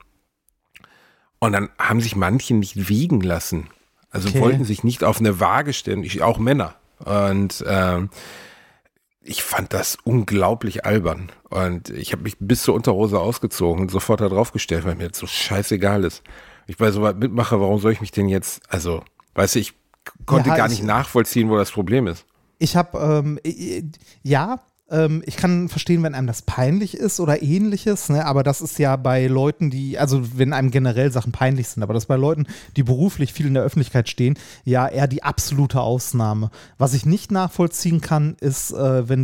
Und dann haben sich manche nicht wiegen lassen. Also okay. Wollten sich nicht auf eine Waage stellen, ich, auch Männer. Und ähm, ich fand das unglaublich albern und ich habe mich bis zur Unterhose ausgezogen und sofort da drauf gestellt, weil mir das so scheißegal ist. Ich bei so was mitmache, warum soll ich mich denn jetzt, also, weißt du, ich konnte ja, gar nicht ich, nachvollziehen, wo das Problem ist. Ich habe, ähm, ja, ähm, ich kann verstehen, wenn einem das peinlich ist oder ähnliches, ne, aber das ist ja bei Leuten, die, also wenn einem generell Sachen peinlich sind, aber das bei Leuten, die beruflich viel in der Öffentlichkeit stehen, ja eher die absolute Ausnahme. Was ich nicht nachvollziehen kann, ist, äh, wenn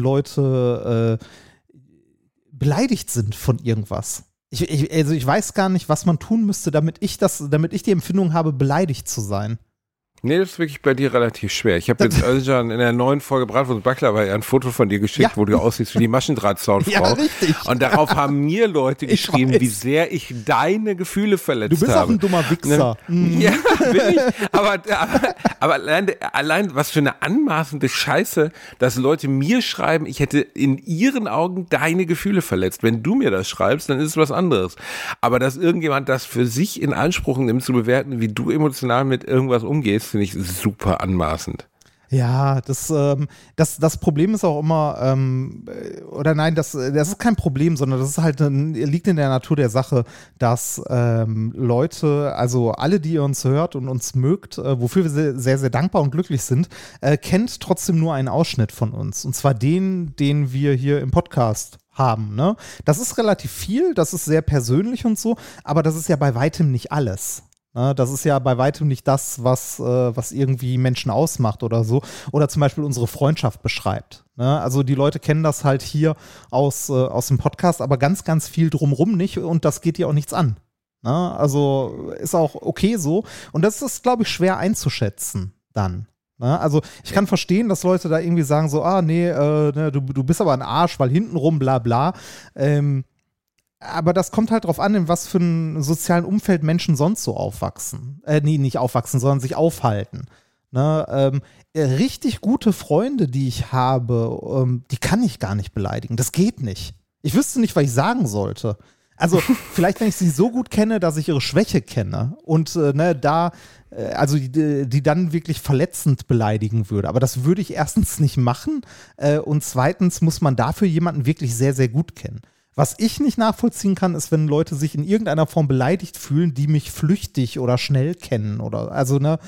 Leute äh, beleidigt sind von irgendwas. Ich, ich, also ich weiß gar nicht, was man tun müsste, damit ich das, damit ich die Empfindung habe, beleidigt zu sein. Nee, das ist wirklich bei dir relativ schwer. Ich habe jetzt Özcan in der neuen Folge Bratwurst und Baklava ein Foto von dir geschickt, ja. Wo du aussiehst wie die Maschendrahtzaunfrau. Ja, richtig. Und darauf haben mir Leute geschrieben, wie sehr ich deine Gefühle verletzt habe. Du bist habe. auch ein dummer Wichser. Ne? Ja, bin ich. Aber, aber, aber allein, allein, was für eine anmaßende Scheiße, dass Leute mir schreiben, ich hätte in ihren Augen deine Gefühle verletzt. Wenn du mir das schreibst, dann ist es was anderes. Aber dass irgendjemand das für sich in Anspruch nimmt, zu bewerten, wie du emotional mit irgendwas umgehst, finde ich super anmaßend. Ja, das, ähm, das, das Problem ist auch immer, ähm, oder nein, das, das ist kein Problem, sondern das ist halt, ein, liegt in der Natur der Sache, dass ähm, Leute, also alle, die ihr uns hört und uns mögt, äh, wofür wir sehr, sehr, sehr dankbar und glücklich sind, äh, kennt trotzdem nur einen Ausschnitt von uns. Und zwar den, den wir hier im Podcast haben, ne? Das ist relativ viel, das ist sehr persönlich und so, aber das ist ja bei weitem nicht alles. Das ist ja bei weitem nicht das, was, äh, was irgendwie Menschen ausmacht oder so. Oder zum Beispiel unsere Freundschaft beschreibt. Ne? Also die Leute kennen das halt hier aus, äh, aus dem Podcast, aber ganz, ganz viel drumrum nicht und das geht dir auch nichts an. Ne? Also ist auch okay so. Und das ist, glaube ich, schwer einzuschätzen dann. Ne? Also ich kann verstehen, dass Leute da irgendwie sagen so, ah nee, äh, ne, du, du bist aber ein Arsch, weil hintenrum bla bla. Ähm, Aber das kommt halt drauf an, in was für einem sozialen Umfeld Menschen sonst so aufwachsen. Äh, nee, nicht aufwachsen, sondern sich aufhalten. Ne? Ähm, richtig gute Freunde, die ich habe, ähm, die kann ich gar nicht beleidigen. Das geht nicht. Ich wüsste nicht, was ich sagen sollte. Also vielleicht, wenn ich sie so gut kenne, dass ich ihre Schwäche kenne und äh, ne, da, äh, also die, die dann wirklich verletzend beleidigen würde. Aber das würde ich erstens nicht machen äh, und zweitens muss man dafür jemanden wirklich sehr, sehr gut kennen. Was ich nicht nachvollziehen kann, ist, wenn Leute sich in irgendeiner Form beleidigt fühlen, die mich flüchtig oder schnell kennen oder also ne,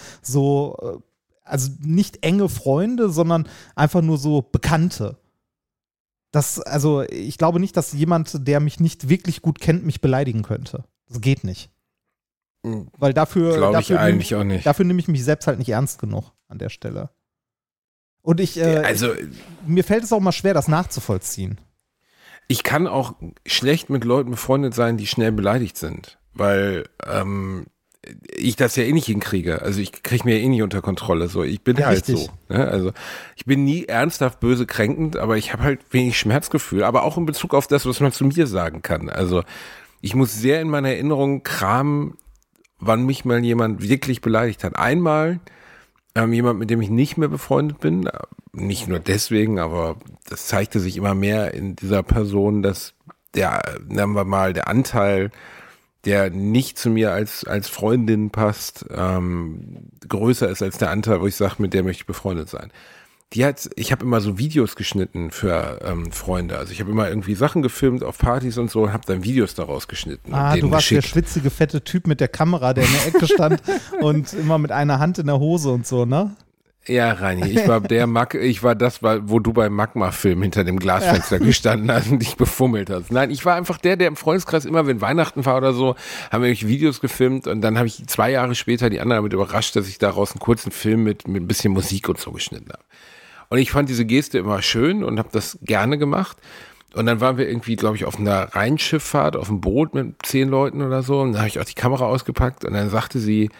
so, also nicht enge Freunde, sondern einfach nur so Bekannte. Das, also ich glaube nicht, dass jemand, der mich nicht wirklich gut kennt, mich beleidigen könnte. Das geht nicht. Weil dafür, Glaube ich dafür eigentlich nehm, auch nicht. Dafür nehme ich mich selbst halt nicht ernst genug an der Stelle. Und ich, äh, also, mir fällt es auch mal schwer, das nachzuvollziehen. Ich kann auch schlecht mit Leuten befreundet sein, die schnell beleidigt sind, weil ähm, ich das ja eh nicht hinkriege. Also ich kriege mir eh nicht unter Kontrolle. So, ich bin Ja, halt richtig. so. Ne? Also ich bin nie ernsthaft böse kränkend, aber ich habe halt wenig Schmerzgefühl. Aber auch in Bezug auf das, was man zu mir sagen kann. Also ich muss sehr in meiner Erinnerung kramen, wann mich mal jemand wirklich beleidigt hat. Einmal ähm, jemand, mit dem ich nicht mehr befreundet bin. Nicht nur deswegen, aber das zeigte sich immer mehr in dieser Person, dass der, nennen wir mal, der Anteil, der nicht zu mir als, als Freundin passt, ähm, größer ist als der Anteil, wo ich sage, mit der möchte ich befreundet sein. Die hat, ich habe immer so Videos geschnitten für ähm, Freunde. Also ich habe immer irgendwie Sachen gefilmt auf Partys und so und habe dann Videos daraus geschnitten. Ah, und denen du warst geschickt. der schwitzige, fette Typ mit der Kamera, der in der Ecke stand und immer mit einer Hand in der Hose und so, ne? Ja, Reini, ich war der Mag, ich war das, wo du beim Magma-Film hinter dem Glasfenster ja. gestanden hast und dich befummelt hast. Nein, ich war einfach der, der im Freundeskreis immer, wenn Weihnachten war oder so, haben wir Videos gefilmt und dann habe ich zwei Jahre später die anderen damit überrascht, dass ich daraus einen kurzen Film mit, mit ein bisschen Musik und so geschnitten habe. Und ich fand diese Geste immer schön und habe das gerne gemacht. Und dann waren wir irgendwie, glaube ich, auf einer Rheinschifffahrt, auf einem Boot mit zehn Leuten oder so. Und dann habe ich auch die Kamera ausgepackt und dann sagte sie,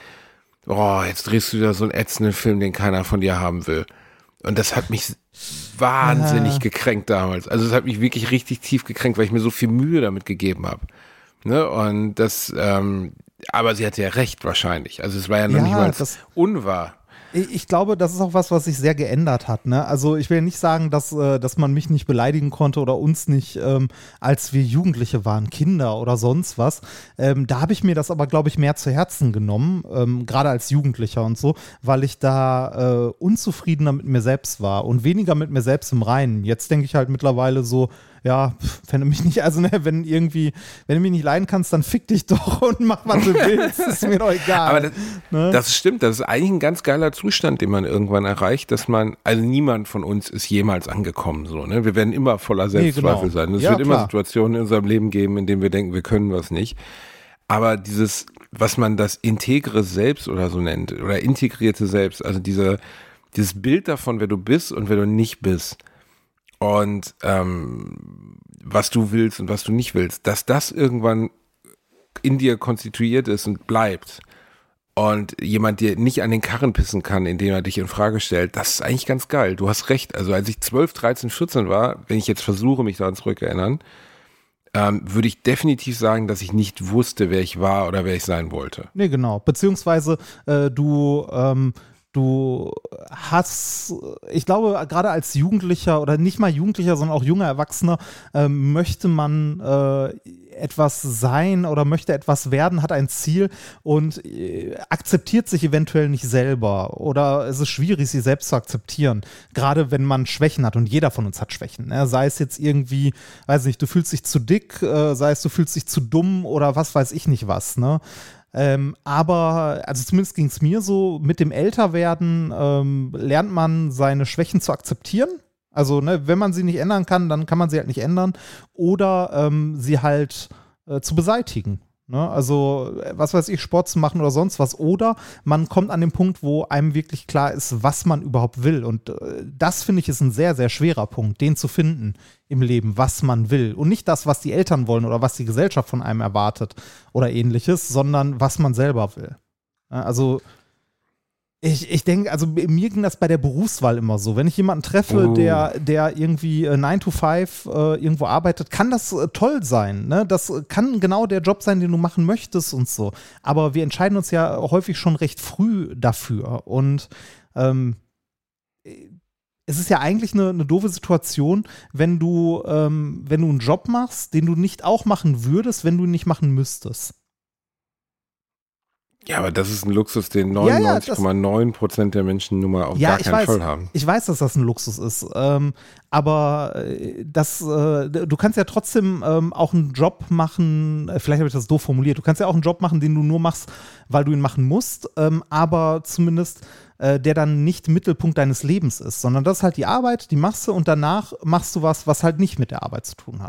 oh, jetzt drehst du wieder so einen ätzenden Film, den keiner von dir haben will. Und das hat mich wahnsinnig ja. gekränkt damals. Also es hat mich wirklich richtig tief gekränkt, weil ich mir so viel Mühe damit gegeben habe. Ne? Und das, ähm, aber sie hatte ja recht wahrscheinlich. Also es war ja noch Ja, nicht mal das- unwahr. Ich ich glaube, das ist auch was, was sich sehr geändert hat. Ne? Also ich will nicht sagen, dass, äh, dass man mich nicht beleidigen konnte oder uns nicht, ähm, als wir Jugendliche waren, Kinder oder sonst was. Ähm, da habe ich mir das aber, glaube ich, mehr zu Herzen genommen, ähm, gerade als Jugendlicher und so, weil ich da äh, unzufriedener mit mir selbst war und weniger mit mir selbst im Reinen. Jetzt denke ich halt mittlerweile so, ja, pf, wenn du mich nicht, also ne, wenn irgendwie, wenn du mich nicht leiden kannst, dann fick dich doch und mach, was du willst, ist mir doch egal. Aber das, ne? das stimmt, das ist eigentlich ein ganz geiler Zustand, den man irgendwann erreicht, dass man, also niemand von uns ist jemals angekommen, so, ne? Wir werden immer voller Selbstzweifel Nee, genau. sein. Es Ja, wird immer klar. Situationen in unserem Leben geben, in denen wir denken, wir können was nicht. Aber dieses, was man das integre Selbst oder so nennt, oder integrierte Selbst, also diese, dieses Bild davon, wer du bist und wer du nicht bist, und ähm, was du willst und was du nicht willst, dass das irgendwann in dir konstituiert ist und bleibt und jemand dir nicht an den Karren pissen kann, indem er dich in Frage stellt, das ist eigentlich ganz geil. Du hast recht. Also als ich zwölf, dreizehn, vierzehn war, wenn ich jetzt versuche, mich daran zurückerinnern, ähm, würde ich definitiv sagen, dass ich nicht wusste, wer ich war oder wer ich sein wollte. Nee, genau. Beziehungsweise äh, du, ähm, du hast, ich glaube, gerade als Jugendlicher oder nicht mal Jugendlicher, sondern auch junger Erwachsener, ähm, möchte man äh, etwas sein oder möchte etwas werden, hat ein Ziel und äh, akzeptiert sich eventuell nicht selber oder es ist schwierig, sie selbst zu akzeptieren, gerade wenn man Schwächen hat und jeder von uns hat Schwächen, ne? Sei es jetzt irgendwie, weiß nicht, du fühlst dich zu dick, äh, sei es du fühlst dich zu dumm oder was weiß ich nicht was, ne? Ähm, aber, also zumindest ging es mir so, mit dem Älterwerden ähm, lernt man seine Schwächen zu akzeptieren. Also, ne, wenn man sie nicht ändern kann, dann kann man sie halt nicht ändern. Oder ähm, sie halt äh, zu beseitigen. Ne? Also, äh, was weiß ich, Sport zu machen oder sonst was. Oder man kommt an den Punkt, wo einem wirklich klar ist, was man überhaupt will. Und äh, das, finde ich, ist ein sehr, sehr schwerer Punkt, den zu finden im Leben, was man will. Und nicht das, was die Eltern wollen oder was die Gesellschaft von einem erwartet oder ähnliches, sondern was man selber will. Ja, also, Ich, ich denke, also mir ging das bei der Berufswahl immer so. Wenn ich jemanden treffe, Oh. der, der irgendwie äh, nine to five äh, irgendwo arbeitet, kann das äh, toll sein. Ne? Das kann genau der Job sein, den du machen möchtest und so. Aber wir entscheiden uns ja häufig schon recht früh dafür. Und ähm, es ist ja eigentlich eine, eine doofe Situation, wenn du, ähm, wenn du einen Job machst, den du nicht auch machen würdest, wenn du ihn nicht machen müsstest. Ja, aber das ist ein Luxus, den Ja, ja, neunundneunzig Komma neun Prozent der Menschen nun mal auf Ja, gar ich keinen weiß, Fall haben. ich weiß, dass das ein Luxus ist, ähm, aber äh, das, äh, du kannst ja trotzdem ähm, auch einen Job machen, äh, vielleicht habe ich das doof formuliert, du kannst ja auch einen Job machen, den du nur machst, weil du ihn machen musst, ähm, aber zumindest äh, der dann nicht Mittelpunkt deines Lebens ist, sondern das ist halt die Arbeit, die machst du und danach machst du was, was halt nicht mit der Arbeit zu tun hat.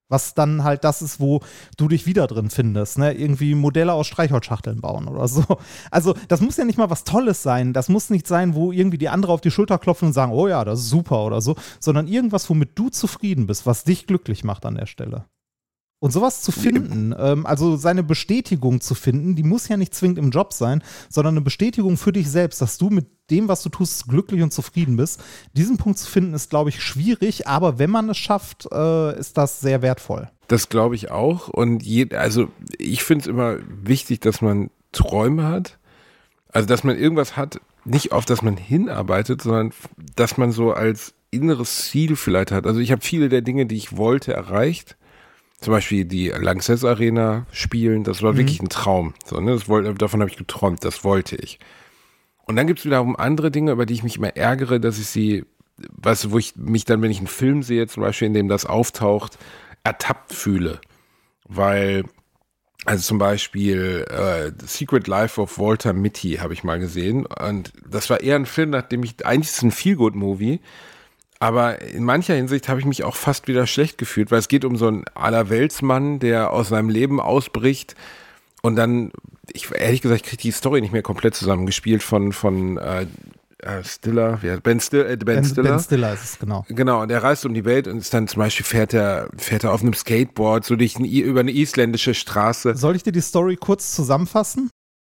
Was dann halt das ist, wo du dich wieder drin findest, ne? Irgendwie Modelle aus Streichholzschachteln bauen oder so. Also das muss ja nicht mal was Tolles sein. Das muss nicht sein, wo irgendwie die anderen auf die Schulter klopfen und sagen, oh ja, das ist super oder so, sondern irgendwas, womit du zufrieden bist, was dich glücklich macht an der Stelle. Und sowas zu finden, ähm, also seine Bestätigung zu finden, die muss ja nicht zwingend im Job sein, sondern eine Bestätigung für dich selbst, dass du mit dem, was du tust, glücklich und zufrieden bist. Diesen Punkt zu finden, ist, glaube ich, schwierig, aber wenn man es schafft, äh, ist das sehr wertvoll. Das glaube ich auch. Und je, also ich finde es immer wichtig, dass man Träume hat. Also dass man irgendwas hat, nicht auf das man hinarbeitet, sondern dass man so als inneres Ziel vielleicht hat. Also ich habe viele der Dinge, die ich wollte, erreicht. Zum Beispiel die Lanxess Arena spielen, das war mhm. wirklich ein Traum. So, ne? Das wollte, davon habe ich geträumt, das wollte ich. Und dann gibt es wiederum andere Dinge, über die ich mich immer ärgere, dass ich sie, weißt du, wo ich mich dann, wenn ich einen Film sehe, zum Beispiel, in dem das auftaucht, ertappt fühle. Weil, also zum Beispiel äh, The Secret Life of Walter Mitty habe ich mal gesehen. Und das war eher ein Film, nachdem ich, eigentlich ist es ein Feel-Good-Movie, aber in mancher Hinsicht habe ich mich auch fast wieder schlecht gefühlt, weil es geht um so einen Allerweltsmann, der aus seinem Leben ausbricht und dann, ich ehrlich gesagt, ich kriege die Story nicht mehr komplett zusammengespielt von, von äh, Stiller, wie heißt, Ben, Still, äh, Ben, Ben Stiller. Ben Stiller ist es, genau. Genau, und der reist um die Welt und ist dann zum Beispiel fährt er, fährt er auf einem Skateboard so durch eine, über eine isländische Straße. Soll ich dir die Story kurz zusammenfassen?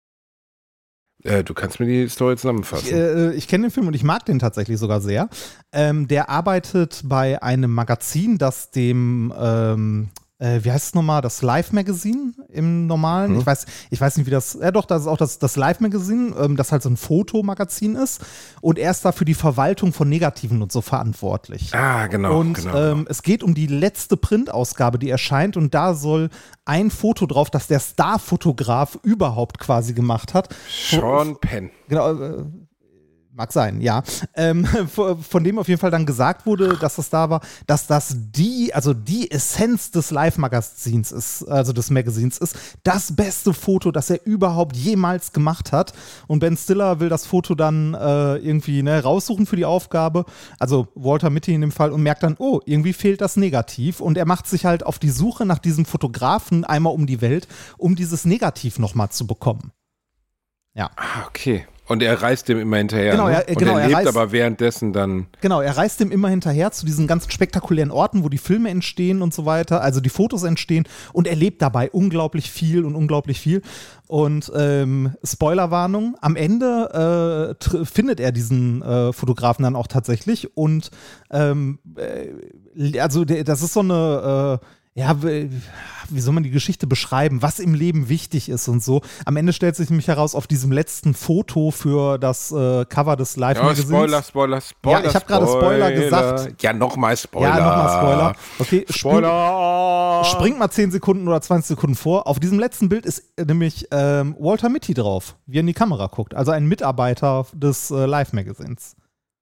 Du kannst mir die Story zusammenfassen. Ich, äh, ich kenne den Film und ich mag den tatsächlich sogar sehr. Ähm, der arbeitet bei einem Magazin, das dem, ähm, äh, wie heißt es nochmal, das Live-Magazin im Normalen. Hm. Ich weiß, ich weiß nicht, wie das, ja doch, das ist auch das, das Live-Magazin, ähm, das halt so ein Fotomagazin ist. Und er ist da für die Verwaltung von Negativen und so verantwortlich. Ah, genau. Und genau, ähm, genau. es geht um die letzte Printausgabe, die erscheint. Und da soll ein Foto drauf, das der Starfotograf überhaupt quasi gemacht hat. Sean Penn. Genau, äh, mag sein, ja. Ähm, von dem auf jeden Fall dann gesagt wurde, dass das da war, dass das die, also die Essenz des Live-Magazins ist, also des Magazins ist, das beste Foto, das er überhaupt jemals gemacht hat. Und Ben Stiller will das Foto dann äh, irgendwie ne, raussuchen für die Aufgabe, also Walter Mitty in dem Fall, und merkt dann, oh, irgendwie fehlt das Negativ. Und er macht sich halt auf die Suche nach diesem Fotografen einmal um die Welt, um dieses Negativ nochmal zu bekommen. Ja. Ah, okay. Und er reist dem immer hinterher. Genau, ne? er, genau, Und er, er lebt reist, aber währenddessen dann. Genau, er reist dem immer hinterher zu diesen ganzen spektakulären Orten, wo die Filme entstehen und so weiter, also die Fotos entstehen, und er lebt dabei unglaublich viel und unglaublich viel. Und ähm, Spoilerwarnung, am Ende äh, findet er diesen äh, Fotografen dann auch tatsächlich und ähm, äh, also der, das ist so eine äh, ja, wie soll man die Geschichte beschreiben, was im Leben wichtig ist und so. Am Ende stellt sich nämlich heraus, auf diesem letzten Foto für das äh, Cover des Live-Magazins. Ja, Spoiler, Spoiler, Spoiler. Ja, ich habe gerade Spoiler gesagt. Ja, nochmal Spoiler. Ja, nochmal Spoiler. Okay, Spoiler. Spring, springt mal zehn Sekunden oder zwanzig Sekunden vor. Auf diesem letzten Bild ist nämlich ähm, Walter Mitty drauf, wie er in die Kamera guckt. Also ein Mitarbeiter des äh, Live-Magazins.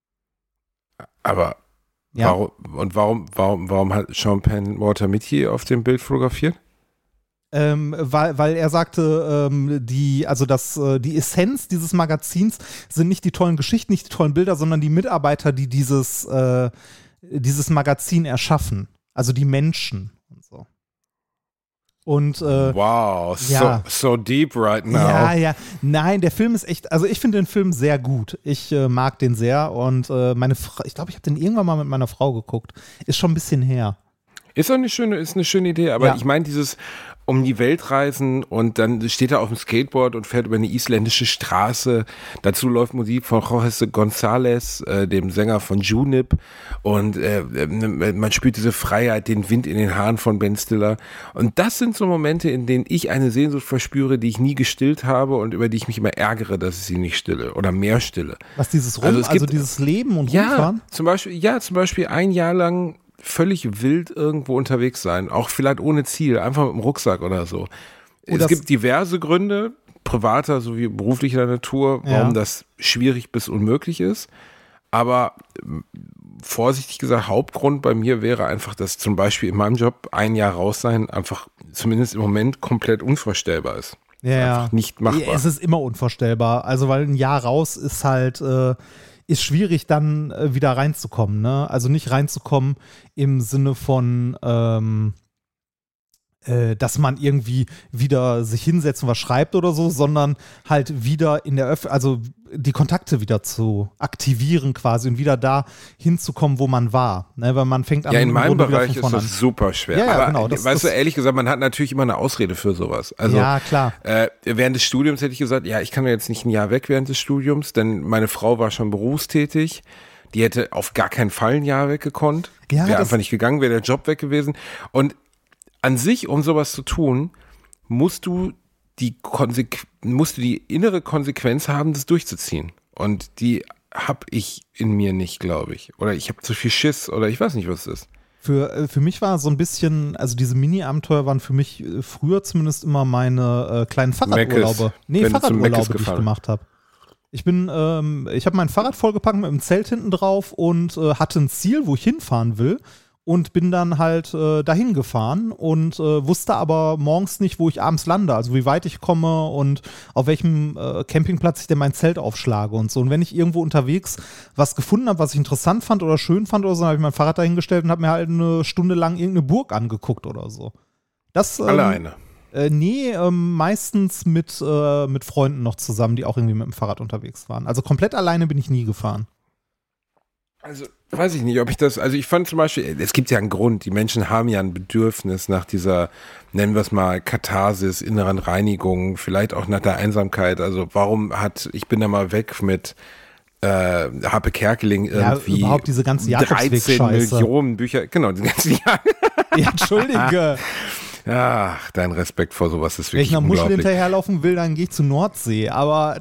Aber Ja. Warum, und warum, warum, warum hat Sean Penn Walter Mitty auf dem Bild fotografiert? Ähm, weil, weil er sagte, ähm, die, also das, äh, die Essenz dieses Magazins sind nicht die tollen Geschichten, nicht die tollen Bilder, sondern die Mitarbeiter, die dieses, äh, dieses Magazin erschaffen. Also die Menschen und so. Und äh, wow, ja. so, so deep right now. Ja, ja. Nein, der Film ist echt, also ich finde den Film sehr gut. Ich äh, mag den sehr und äh, meine Frau, ich glaube, ich habe den irgendwann mal mit meiner Frau geguckt. Ist schon ein bisschen her. Ist doch eine schöne, ist eine schöne Idee, aber ja. ich meine dieses um die Welt reisen und dann steht er auf dem Skateboard und fährt über eine isländische Straße. Dazu läuft Musik von Jorge González, äh, dem Sänger von Junip, und äh, man spürt diese Freiheit, den Wind in den Haaren von Ben Stiller. Und das sind so Momente, in denen ich eine Sehnsucht verspüre, die ich nie gestillt habe und über die ich mich immer ärgere, dass ich sie nicht stille oder mehr stille. Was dieses Rum, also, es also gibt, dieses Leben und ja, Rumfahren? Zum Beispiel, ja, zum Beispiel ein Jahr lang völlig wild irgendwo unterwegs sein, auch vielleicht ohne Ziel, einfach mit dem Rucksack oder so. Oh, es gibt diverse Gründe, privater sowie beruflicher Natur, warum ja. das schwierig bis unmöglich ist, aber vorsichtig gesagt, Hauptgrund bei mir wäre einfach, dass zum Beispiel in meinem Job ein Jahr raus sein einfach zumindest im Moment komplett unvorstellbar ist. Ja, einfach nicht machbar. Es ist immer unvorstellbar, also weil ein Jahr raus ist halt äh, ist schwierig, dann äh, wieder reinzukommen, ne? Also nicht reinzukommen im Sinne von, ähm, äh, dass man irgendwie wieder sich hinsetzt und was schreibt oder so, sondern halt wieder in der Öff- also die Kontakte wieder zu aktivieren quasi und wieder da hinzukommen, wo man war. Ne, weil man fängt an. Ja, in meinem Grunde wieder Bereich von ist das an. super schwer. Ja, ja, aber genau, das- weißt das- du, ehrlich gesagt, man hat natürlich immer eine Ausrede für sowas. Also, Ja, klar. Äh, während des Studiums hätte ich gesagt, ja, ich kann ja jetzt nicht ein Jahr weg während des Studiums, denn meine Frau war schon berufstätig. Die hätte auf gar keinen Fall ein Jahr weggekonnt. Ja, wäre das- einfach nicht gegangen, wäre der Job weg gewesen. Und an sich, um sowas zu tun, musst du die Konsequ- musst du die innere Konsequenz haben, das durchzuziehen. Und die habe ich in mir nicht, glaube ich. Oder ich habe zu viel Schiss oder ich weiß nicht, was es ist. Für, äh, für mich war so ein bisschen, also diese Mini-Abenteuer waren für mich äh, früher zumindest immer meine äh, kleinen Fahrradurlaube. Meckes. Nee, Wenn du zum Meckes Fahrradurlaube, die ich gefahren. gemacht habe. Ich bin, ähm, ich habe mein Fahrrad vollgepackt mit einem Zelt hinten drauf und äh, hatte ein Ziel, wo ich hinfahren will. Und bin dann halt äh, dahin gefahren und äh, wusste aber morgens nicht, wo ich abends lande, also wie weit ich komme und auf welchem äh, Campingplatz ich denn mein Zelt aufschlage und so. Und wenn ich irgendwo unterwegs was gefunden habe, was ich interessant fand oder schön fand oder so, dann habe ich mein Fahrrad dahingestellt und habe mir halt eine Stunde lang irgendeine Burg angeguckt oder so. Das, ähm, Alleine. Äh, nee, ähm, meistens mit, äh, mit Freunden noch zusammen, die auch irgendwie mit dem Fahrrad unterwegs waren. Also komplett alleine bin ich nie gefahren. Also, weiß ich nicht, ob ich das, also ich fand zum Beispiel, es gibt ja einen Grund, die Menschen haben ja ein Bedürfnis nach dieser, nennen wir es mal, Katharsis, inneren Reinigung, vielleicht auch nach der Einsamkeit. Also warum hat, ich bin da mal weg mit äh, Harpe Kerkeling irgendwie Ja, überhaupt diese ganze dreizehn Jakobsweg-Scheiße. Millionen Bücher, genau, die ganzen Jahre. Ja, entschuldige. Ach, dein Respekt vor sowas ist Wenn ich wirklich einer Muschel unglaublich. hinterherlaufen will, dann gehe ich zur Nordsee. Aber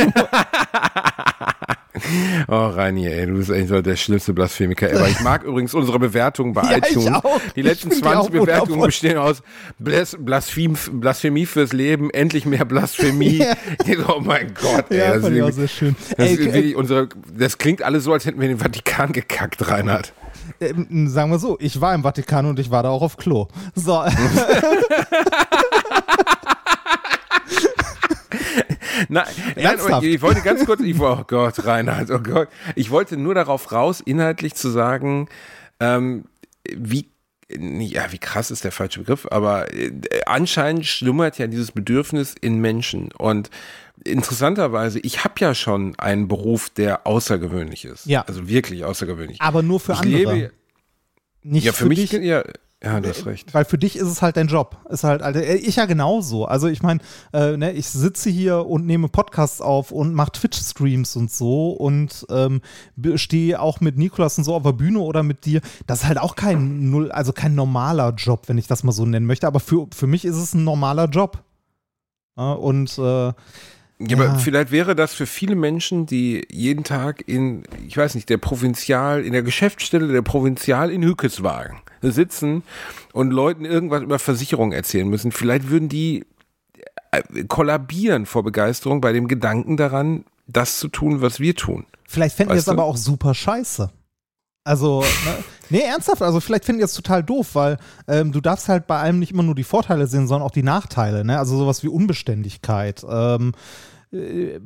Oh, Reini, ey, du bist eigentlich so der schlimmste Blasphemiker ever. Ich mag übrigens unsere Bewertungen bei Ja, ich iTunes. auch. Die letzten Ich find die zwanzig auch Bewertungen wundervoll. bestehen aus Blas Blasphemie, Blasphemie fürs Leben, endlich mehr Blasphemie. Ja. Oh mein Gott, ey. ja, das, fand ist ich auch wirklich- sehr schön. das, Ey, ist äh, wirklich unsere, das klingt alles so, als hätten wir in den Vatikan gekackt, Reinhard. ähm, sagen wir so, ich war im Vatikan und ich war da auch auf Klo. So. Nein, nein, Ernsthaft? aber ich wollte ganz kurz, ich, oh Gott, Reinhard, oh Gott. Ich wollte nur darauf raus, inhaltlich zu sagen, ähm, wie, ja, wie krass ist der falsche Begriff, aber äh, anscheinend schlummert ja dieses Bedürfnis in Menschen. Und interessanterweise, ich habe ja schon einen Beruf, der außergewöhnlich ist. Ja. Also wirklich außergewöhnlich. Aber nur für ich andere. lebe, Nicht ja, für, mich, dich. ja, ja, du hast recht. Weil für dich ist es halt dein Job. Ist halt, Alter, ich ja genauso. Also ich meine, äh, ne, ich sitze hier und nehme Podcasts auf und mache Twitch-Streams und so und ähm, stehe auch mit Nikolas und so auf der Bühne oder mit dir. Das ist halt auch kein null, also kein normaler Job, wenn ich das mal so nennen möchte. Aber für, für mich ist es ein normaler Job. Ja, und äh, Ja, Ja. aber vielleicht wäre das für viele Menschen, die jeden Tag in, ich weiß nicht, der Provinzial, in der Geschäftsstelle der Provinzial in Hückeswagen sitzen und Leuten irgendwas über Versicherung erzählen müssen, vielleicht würden die äh, kollabieren vor Begeisterung bei dem Gedanken daran, das zu tun, was wir tun. vielleicht fänden die Weißt es du? aber auch super scheiße. Also, ne, nee, ernsthaft, also vielleicht finden die das total doof, weil ähm, du darfst halt bei allem nicht immer nur die Vorteile sehen, sondern auch die Nachteile, ne? Also sowas wie Unbeständigkeit, ähm, äh,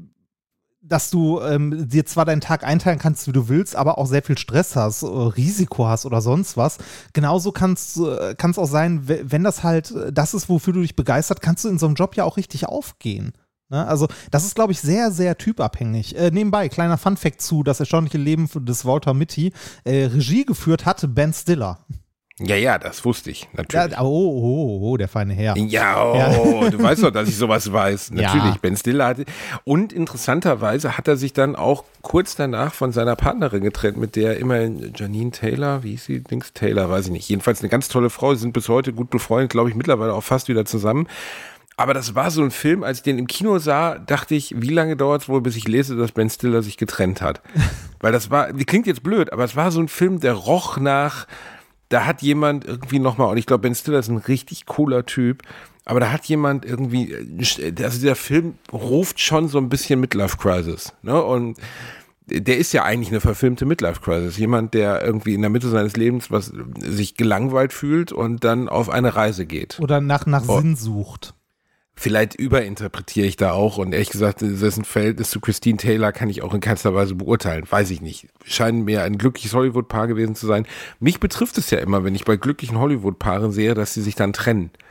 dass du ähm, dir zwar deinen Tag einteilen kannst, wie du willst, aber auch sehr viel Stress hast, äh, Risiko hast oder sonst was. Genauso kann es äh, kann's auch sein, we- wenn das halt äh, das ist, wofür du dich begeistert, kannst du in so einem Job ja auch richtig aufgehen. Ne? Also das ist, glaube ich, sehr, sehr typabhängig. Äh, nebenbei, kleiner Funfact zu, das erstaunliche Leben des Walter Mitty. Äh, Regie geführt hatte Ben Stiller. Ja, ja, das wusste ich, natürlich. Ja, oh, oh, oh, der feine Herr. Ja, oh, du weißt doch, dass ich sowas weiß. Ja. Natürlich, Ben Stiller hatte. Und interessanterweise hat er sich dann auch kurz danach von seiner Partnerin getrennt, mit der immerhin Janine Taylor, wie hieß sie? Dings Taylor, weiß ich nicht. Jedenfalls eine ganz tolle Frau. Sie sind bis heute gut befreundet, glaube ich, mittlerweile auch fast wieder zusammen. Aber das war so ein Film, als ich den im Kino sah, dachte ich, wie lange dauert es wohl, bis ich lese, dass Ben Stiller sich getrennt hat? Weil das war, die klingt jetzt blöd, aber es war so ein Film, der roch nach, da hat jemand irgendwie nochmal, und ich glaube, Ben Stiller ist ein richtig cooler Typ, aber da hat jemand irgendwie, also dieser Film ruft schon so ein bisschen Midlife Crisis, ne? Und der ist ja eigentlich eine verfilmte Midlife Crisis. Jemand, der irgendwie in der Mitte seines Lebens was sich gelangweilt fühlt und dann auf eine Reise geht. Oder nach, nach Oh. Sinn sucht. Vielleicht überinterpretiere ich da auch und ehrlich gesagt, dessen Verhältnis zu Christine Taylor kann ich auch in keinster Weise beurteilen. Weiß ich nicht. Scheint mir ein glückliches Hollywood-Paar gewesen zu sein. Mich betrifft es ja immer, wenn ich bei glücklichen Hollywood-Paaren sehe, dass sie sich dann trennen.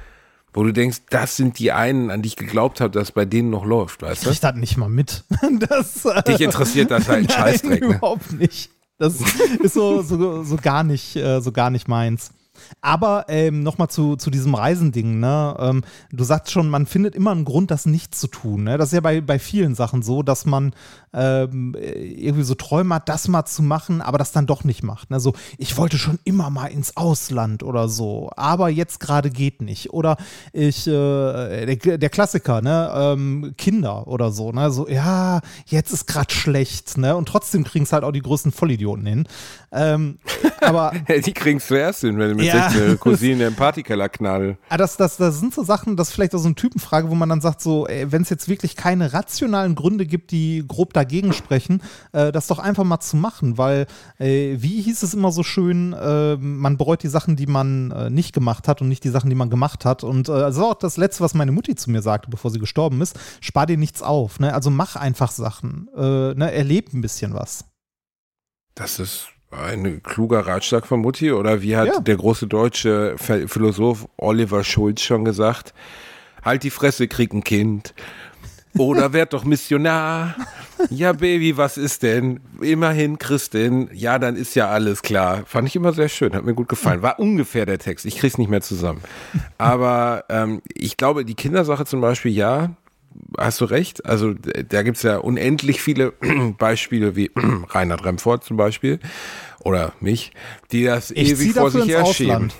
Wo du denkst, das sind die einen, an die ich geglaubt habe, dass bei denen noch läuft, weißt du? Ich das nicht mal mit. Das, äh, Dich interessiert das halt ein Scheißdreck, ne? Überhaupt nicht. Das ist so, so, so gar nicht, äh, so gar nicht meins. Aber ähm, nochmal zu, zu diesem Reisending, ne? Ähm, du sagst schon, man findet immer einen Grund, das nicht zu tun. Ne? Das ist ja bei, bei vielen Sachen so, dass man ähm, irgendwie so Träume hat, das mal zu machen, aber das dann doch nicht macht. Ne? So, ich wollte schon immer mal ins Ausland oder so, aber jetzt gerade geht nicht. Oder ich, äh, der, der Klassiker, ne? Ähm, Kinder oder so, ne? So, ja, jetzt ist gerade schlecht, ne? Und trotzdem kriegen es halt auch die größten Vollidioten hin. Ähm, aber die kriegen es zuerst hin, wenn du mit Ja. sechzehn Cousine im Partykeller knall. Ah, das, das, das sind so Sachen, das ist vielleicht auch so eine Typenfrage, wo man dann sagt, so, wenn es jetzt wirklich keine rationalen Gründe gibt, die grob dagegen sprechen, äh, das doch einfach mal zu machen, weil, äh, wie hieß es immer so schön, äh, man bereut die Sachen, die man äh, nicht gemacht hat und nicht die Sachen, die man gemacht hat. Und äh, das war auch das Letzte, was meine Mutti zu mir sagte, bevor sie gestorben ist, spar dir nichts auf, ne? Also mach einfach Sachen, äh, ne? Erleb ein bisschen was. Das ist ein kluger Ratschlag von Mutti, oder wie hat Ja. der große deutsche Philosoph Oliver Schulz schon gesagt? Halt die Fresse, krieg ein Kind. Oder werd doch Missionar. Ja, Baby, was ist denn? Immerhin Christin. Ja, dann ist ja alles klar. Fand ich immer sehr schön, hat mir gut gefallen. War ungefähr der Text, ich krieg's nicht mehr zusammen. Aber ähm, ich glaube, die Kindersache zum Beispiel, ja, hast du recht. Also da gibt's ja unendlich viele Beispiele, wie Reinhard Remford zum Beispiel oder mich, die das Ich zieh ewig vor dafür sich ins herschieben.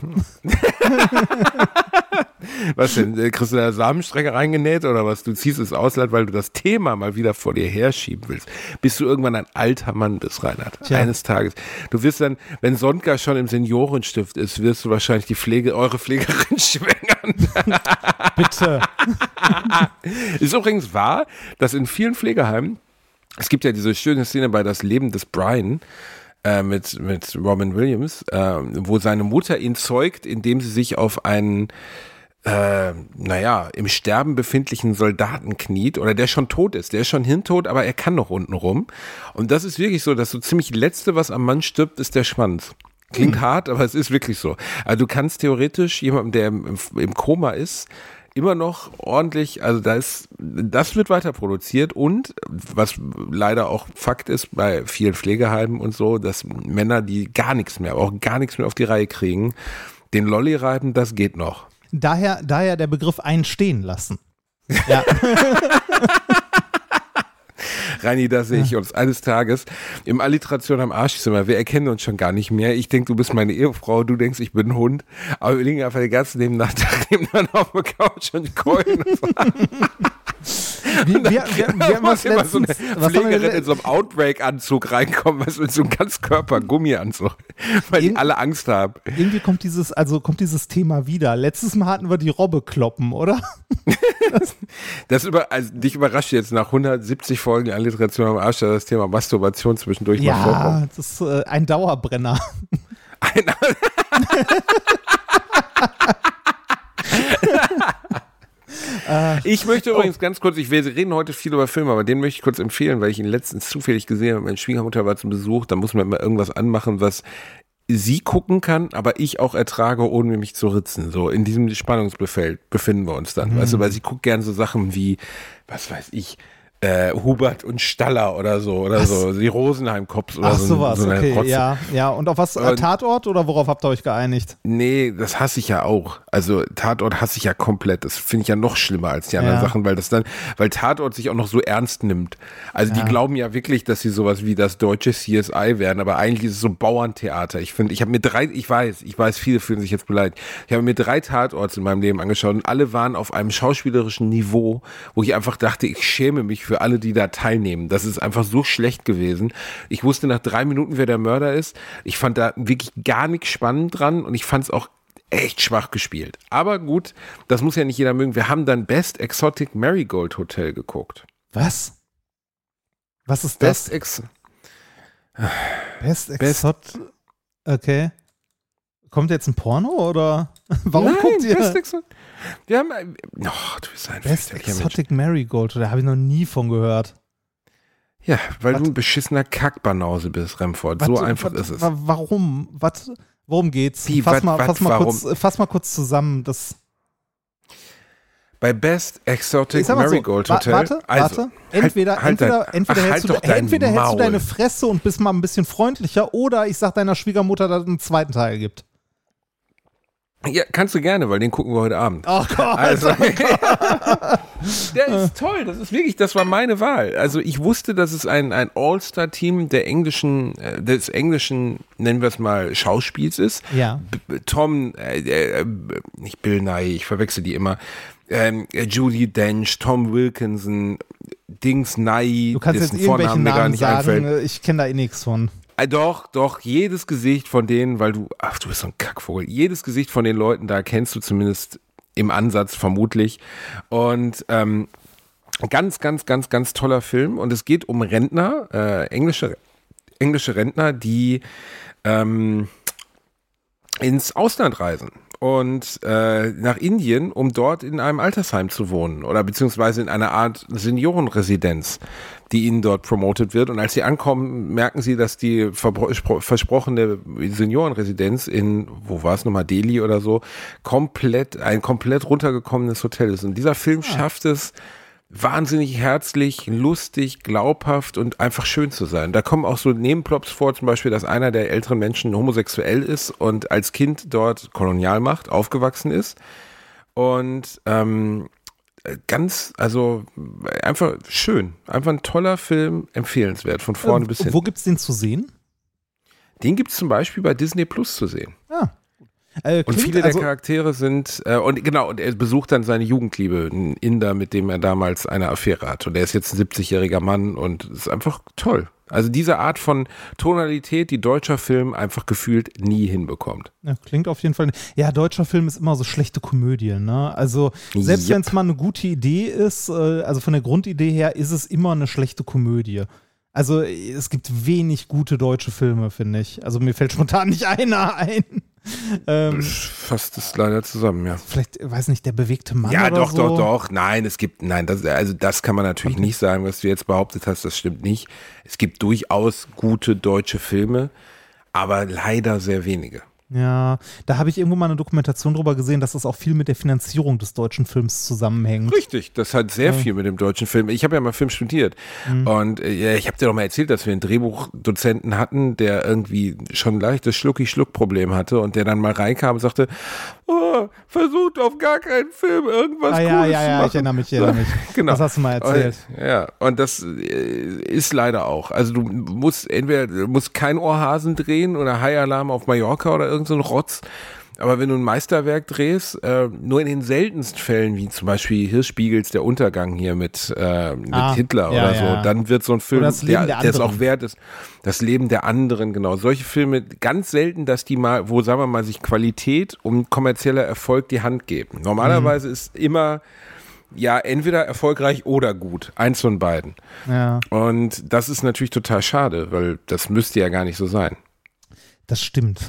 Was denn? Kriegst du da Samenstrecke reingenäht oder was? Du ziehst ins Ausland, weil du das Thema mal wieder vor dir herschieben willst. Bis du irgendwann ein alter Mann bist, Reinhard. Tja. Eines Tages. Du wirst dann, wenn Sonka schon im Seniorenstift ist, wirst du wahrscheinlich die Pflege, eure Pflegerin schwängern. Bitte. Ist übrigens wahr, dass in vielen Pflegeheimen, es gibt ja diese schöne Szene bei Das Leben des Brian, äh, mit, mit Robin Williams, äh, wo seine Mutter ihn zeugt, indem sie sich auf einen äh, naja, im Sterben befindlichen Soldaten kniet oder der schon tot ist. Der ist schon hirntot, aber er kann noch unten rum. Und das ist wirklich so, dass so ziemlich Letzte, was am Mann stirbt, ist der Schwanz. Klingt hm. hart, aber es ist wirklich so. Also du kannst theoretisch jemandem, der im, im Koma ist, immer noch ordentlich, also da ist, das wird weiter produziert und was leider auch Fakt ist bei vielen Pflegeheimen und so, dass Männer, die gar nichts mehr, auch gar nichts mehr auf die Reihe kriegen, den Lolli reiben, das geht noch. Daher, daher der Begriff einstehen lassen. Ja. Reini, da sehe ich uns eines Tages im Alliteration am Arschzimmer. Wir erkennen uns schon gar nicht mehr. Ich denke, du bist meine Ehefrau, du denkst, ich bin ein Hund. Aber wir liegen einfach den ganzen Nebennachttag nebeneinander auf der Couch und keulen. Wir, wir, wir, wir haben muss was immer so eine letztens, was haben wir Pflegerin denn- in so einem Outbreak-Anzug reinkommen, weißt du, mit so einem Ganzkörper-Gummianzug, weil die Irgend- alle Angst haben. Irgendwie kommt dieses, also kommt dieses Thema wieder. Letztes Mal hatten wir die Robbe kloppen, oder? Das über, also dich überrascht jetzt nach hundertsiebzig Folgen Alliteration am Arsch, dass das Thema Masturbation zwischendurch mal vorkommt. Ja, das ist äh, ein Dauerbrenner. Ein, Ich möchte übrigens ganz kurz, ich wir reden heute viel über Filme, aber den möchte ich kurz empfehlen, weil ich ihn letztens zufällig gesehen habe. Meine Schwiegermutter war zum Besuch, da muss man immer irgendwas anmachen, was sie gucken kann, aber ich auch ertrage, ohne mich zu ritzen. So in diesem Spannungsbefeld befinden wir uns dann. Mhm. Weißt du, weil sie guckt gern so Sachen wie, was weiß ich, äh, Hubert und Staller oder so, oder Was? so, die Rosenheim-Cops oder Ach, so. sowas, so eine okay, Rotze. ja, ja. Und auf was, äh, Und- Tatort oder worauf habt ihr euch geeinigt? Nee, das hasse ich ja auch. Also Tatort hasse ich ja komplett. Das finde ich ja noch schlimmer als die anderen Ja. Sachen, weil das dann, weil Tatort sich auch noch so ernst nimmt. Also Ja. die glauben ja wirklich, dass sie sowas wie das deutsche C S I werden, aber eigentlich ist es so Bauerntheater. Ich finde, ich habe mir drei, ich weiß, ich weiß, viele fühlen sich jetzt beleidigt. Ich habe mir drei Tatorts in meinem Leben angeschaut und alle waren auf einem schauspielerischen Niveau, wo ich einfach dachte, ich schäme mich für alle, die da teilnehmen. Das ist einfach so schlecht gewesen. Ich wusste nach drei Minuten, wer der Mörder ist. Ich fand da wirklich gar nichts spannend dran und ich fand es auch echt schwach gespielt. Aber gut, das muss ja nicht jeder mögen. Wir haben dann Best Exotic Marigold Hotel geguckt. Was? Was ist das? Best Ex... Best Best- Exot. Okay. Kommt jetzt ein Porno oder? Warum Nein, guckt ihr? Best Exotic... Wir haben... Oh, du bist ein Best fürchterlicher Mensch. Exotic Marigold, da habe ich noch nie von gehört. Ja, weil Was? du ein beschissener Kackbanause bist, Remford. So Was- einfach was- ist es. wa- Warum? Was, worum geht's? Wie, fass, wat- mal, wat- fass, mal warum? kurz, fass mal kurz zusammen. Das, Bei Best Exotic Ich sag mal so, Marigold wa- Hotel. Warte, also, warte. Entweder, halt, halt entweder, dein, entweder, ach, hältst, halt du, doch dein entweder hältst du Maul. deine Fresse und bist mal ein bisschen freundlicher oder ich sag deiner Schwiegermutter, dass es einen zweiten Teil gibt. Ja, kannst du gerne, weil den gucken wir heute Abend. Ach Gott. Also, der ist toll, das ist wirklich, das war meine Wahl. Also ich wusste, dass es ein, ein All-Star-Team der englischen, äh, des englischen, nennen wir es mal, Schauspiels ist. Ja. B- Tom, äh, äh, nicht Bill Nighy, ich verwechsel die immer, ähm, Judi Dench, Tom Wilkinson, Dings Nighy, Du kannst jetzt dessen irgendwelche Vornamen mir gar Namen nicht sagen, einfällt. ich kenne da eh nichts von. Äh, Doch, doch, jedes Gesicht von denen, weil du, ach, du bist so ein Kackvogel, jedes Gesicht von den Leuten, da kennst du zumindest im Ansatz vermutlich. Und ähm, ganz, ganz, ganz, ganz toller Film. Und es geht um Rentner, äh, englische, englische Rentner, die ähm, ins Ausland reisen. Und äh, nach Indien, um dort in einem Altersheim zu wohnen oder beziehungsweise in einer Art Seniorenresidenz, die ihnen dort promotet wird. Und als sie ankommen, merken sie, dass die verbro- versprochene Seniorenresidenz in, wo war es nochmal, Delhi oder so, komplett, ein komplett runtergekommenes Hotel ist. Und dieser Film Ah. schafft es, wahnsinnig herzlich, lustig, glaubhaft und einfach schön zu sein. Da kommen auch so Nebenplops vor, zum Beispiel, dass einer der älteren Menschen homosexuell ist und als Kind dort Kolonialmacht aufgewachsen ist. Und ähm, ganz, also einfach schön. Einfach ein toller Film, empfehlenswert, von vorne Äh, bis hin. Wo gibt's den zu sehen? Den gibt es zum Beispiel bei Disney Plus zu sehen. Ja. Äh, Und klingt viele also, der Charaktere sind, äh, und genau, und er besucht dann seine Jugendliebe, einen Inder, mit dem er damals eine Affäre hat. Und er ist jetzt ein siebzigjähriger Mann und ist einfach toll. Also diese Art von Tonalität, die deutscher Film einfach gefühlt nie hinbekommt. Ja, klingt auf jeden Fall. Ja, deutscher Film ist immer so schlechte Komödie, ne? Also, selbst Yep. wenn es mal eine gute Idee ist, äh, also von der Grundidee her, ist es immer eine schlechte Komödie. Also, es gibt wenig gute deutsche Filme, finde ich. Also, mir fällt spontan nicht einer ein. Ähm, Fasst es leider zusammen, ja. vielleicht, weiß nicht, der bewegte Mann Ja, oder doch, so. doch, doch. Nein, es gibt, nein, das, also das kann man natürlich nicht sagen, was du jetzt behauptet hast, das stimmt nicht. Es gibt durchaus gute deutsche Filme, aber leider sehr wenige. Ja, da habe ich irgendwo mal eine Dokumentation drüber gesehen, dass das auch viel mit der Finanzierung des deutschen Films zusammenhängt. Richtig, das hat sehr viel mit dem deutschen Film. Ich habe ja mal Film studiert und äh, ich habe dir doch mal erzählt, dass wir einen Drehbuchdozenten hatten, der irgendwie schon ein leichtes Schlucki-Schluck-Problem hatte und der dann mal reinkam und sagte, oh, versucht auf gar keinen Film irgendwas Ah, ja, Cooles ja, zu ja, machen. ich erinnere mich, ich erinnere mich. Genau. Das hast du mal erzählt. Und, ja, und das äh, ist leider auch. Also du musst entweder du musst kein Ohrhasen drehen oder High Alarm auf Mallorca oder irgend so ein Rotz. Aber wenn du ein Meisterwerk drehst, äh, nur in den seltensten Fällen, wie zum Beispiel Hirschspiegels Der Untergang hier mit, äh, mit Ah, Hitler ja, oder so, ja. dann wird so ein Film, Oder das Leben der, der der es auch anderen. wert ist. Das Leben der anderen, genau. Solche Filme, ganz selten, dass die mal, wo sagen wir mal, sich Qualität und kommerzieller Erfolg die Hand geben. Normalerweise Mhm. ist immer ja, entweder erfolgreich oder gut. Eins von beiden. Ja, Und das ist natürlich total schade, weil das müsste ja gar nicht so sein. das stimmt.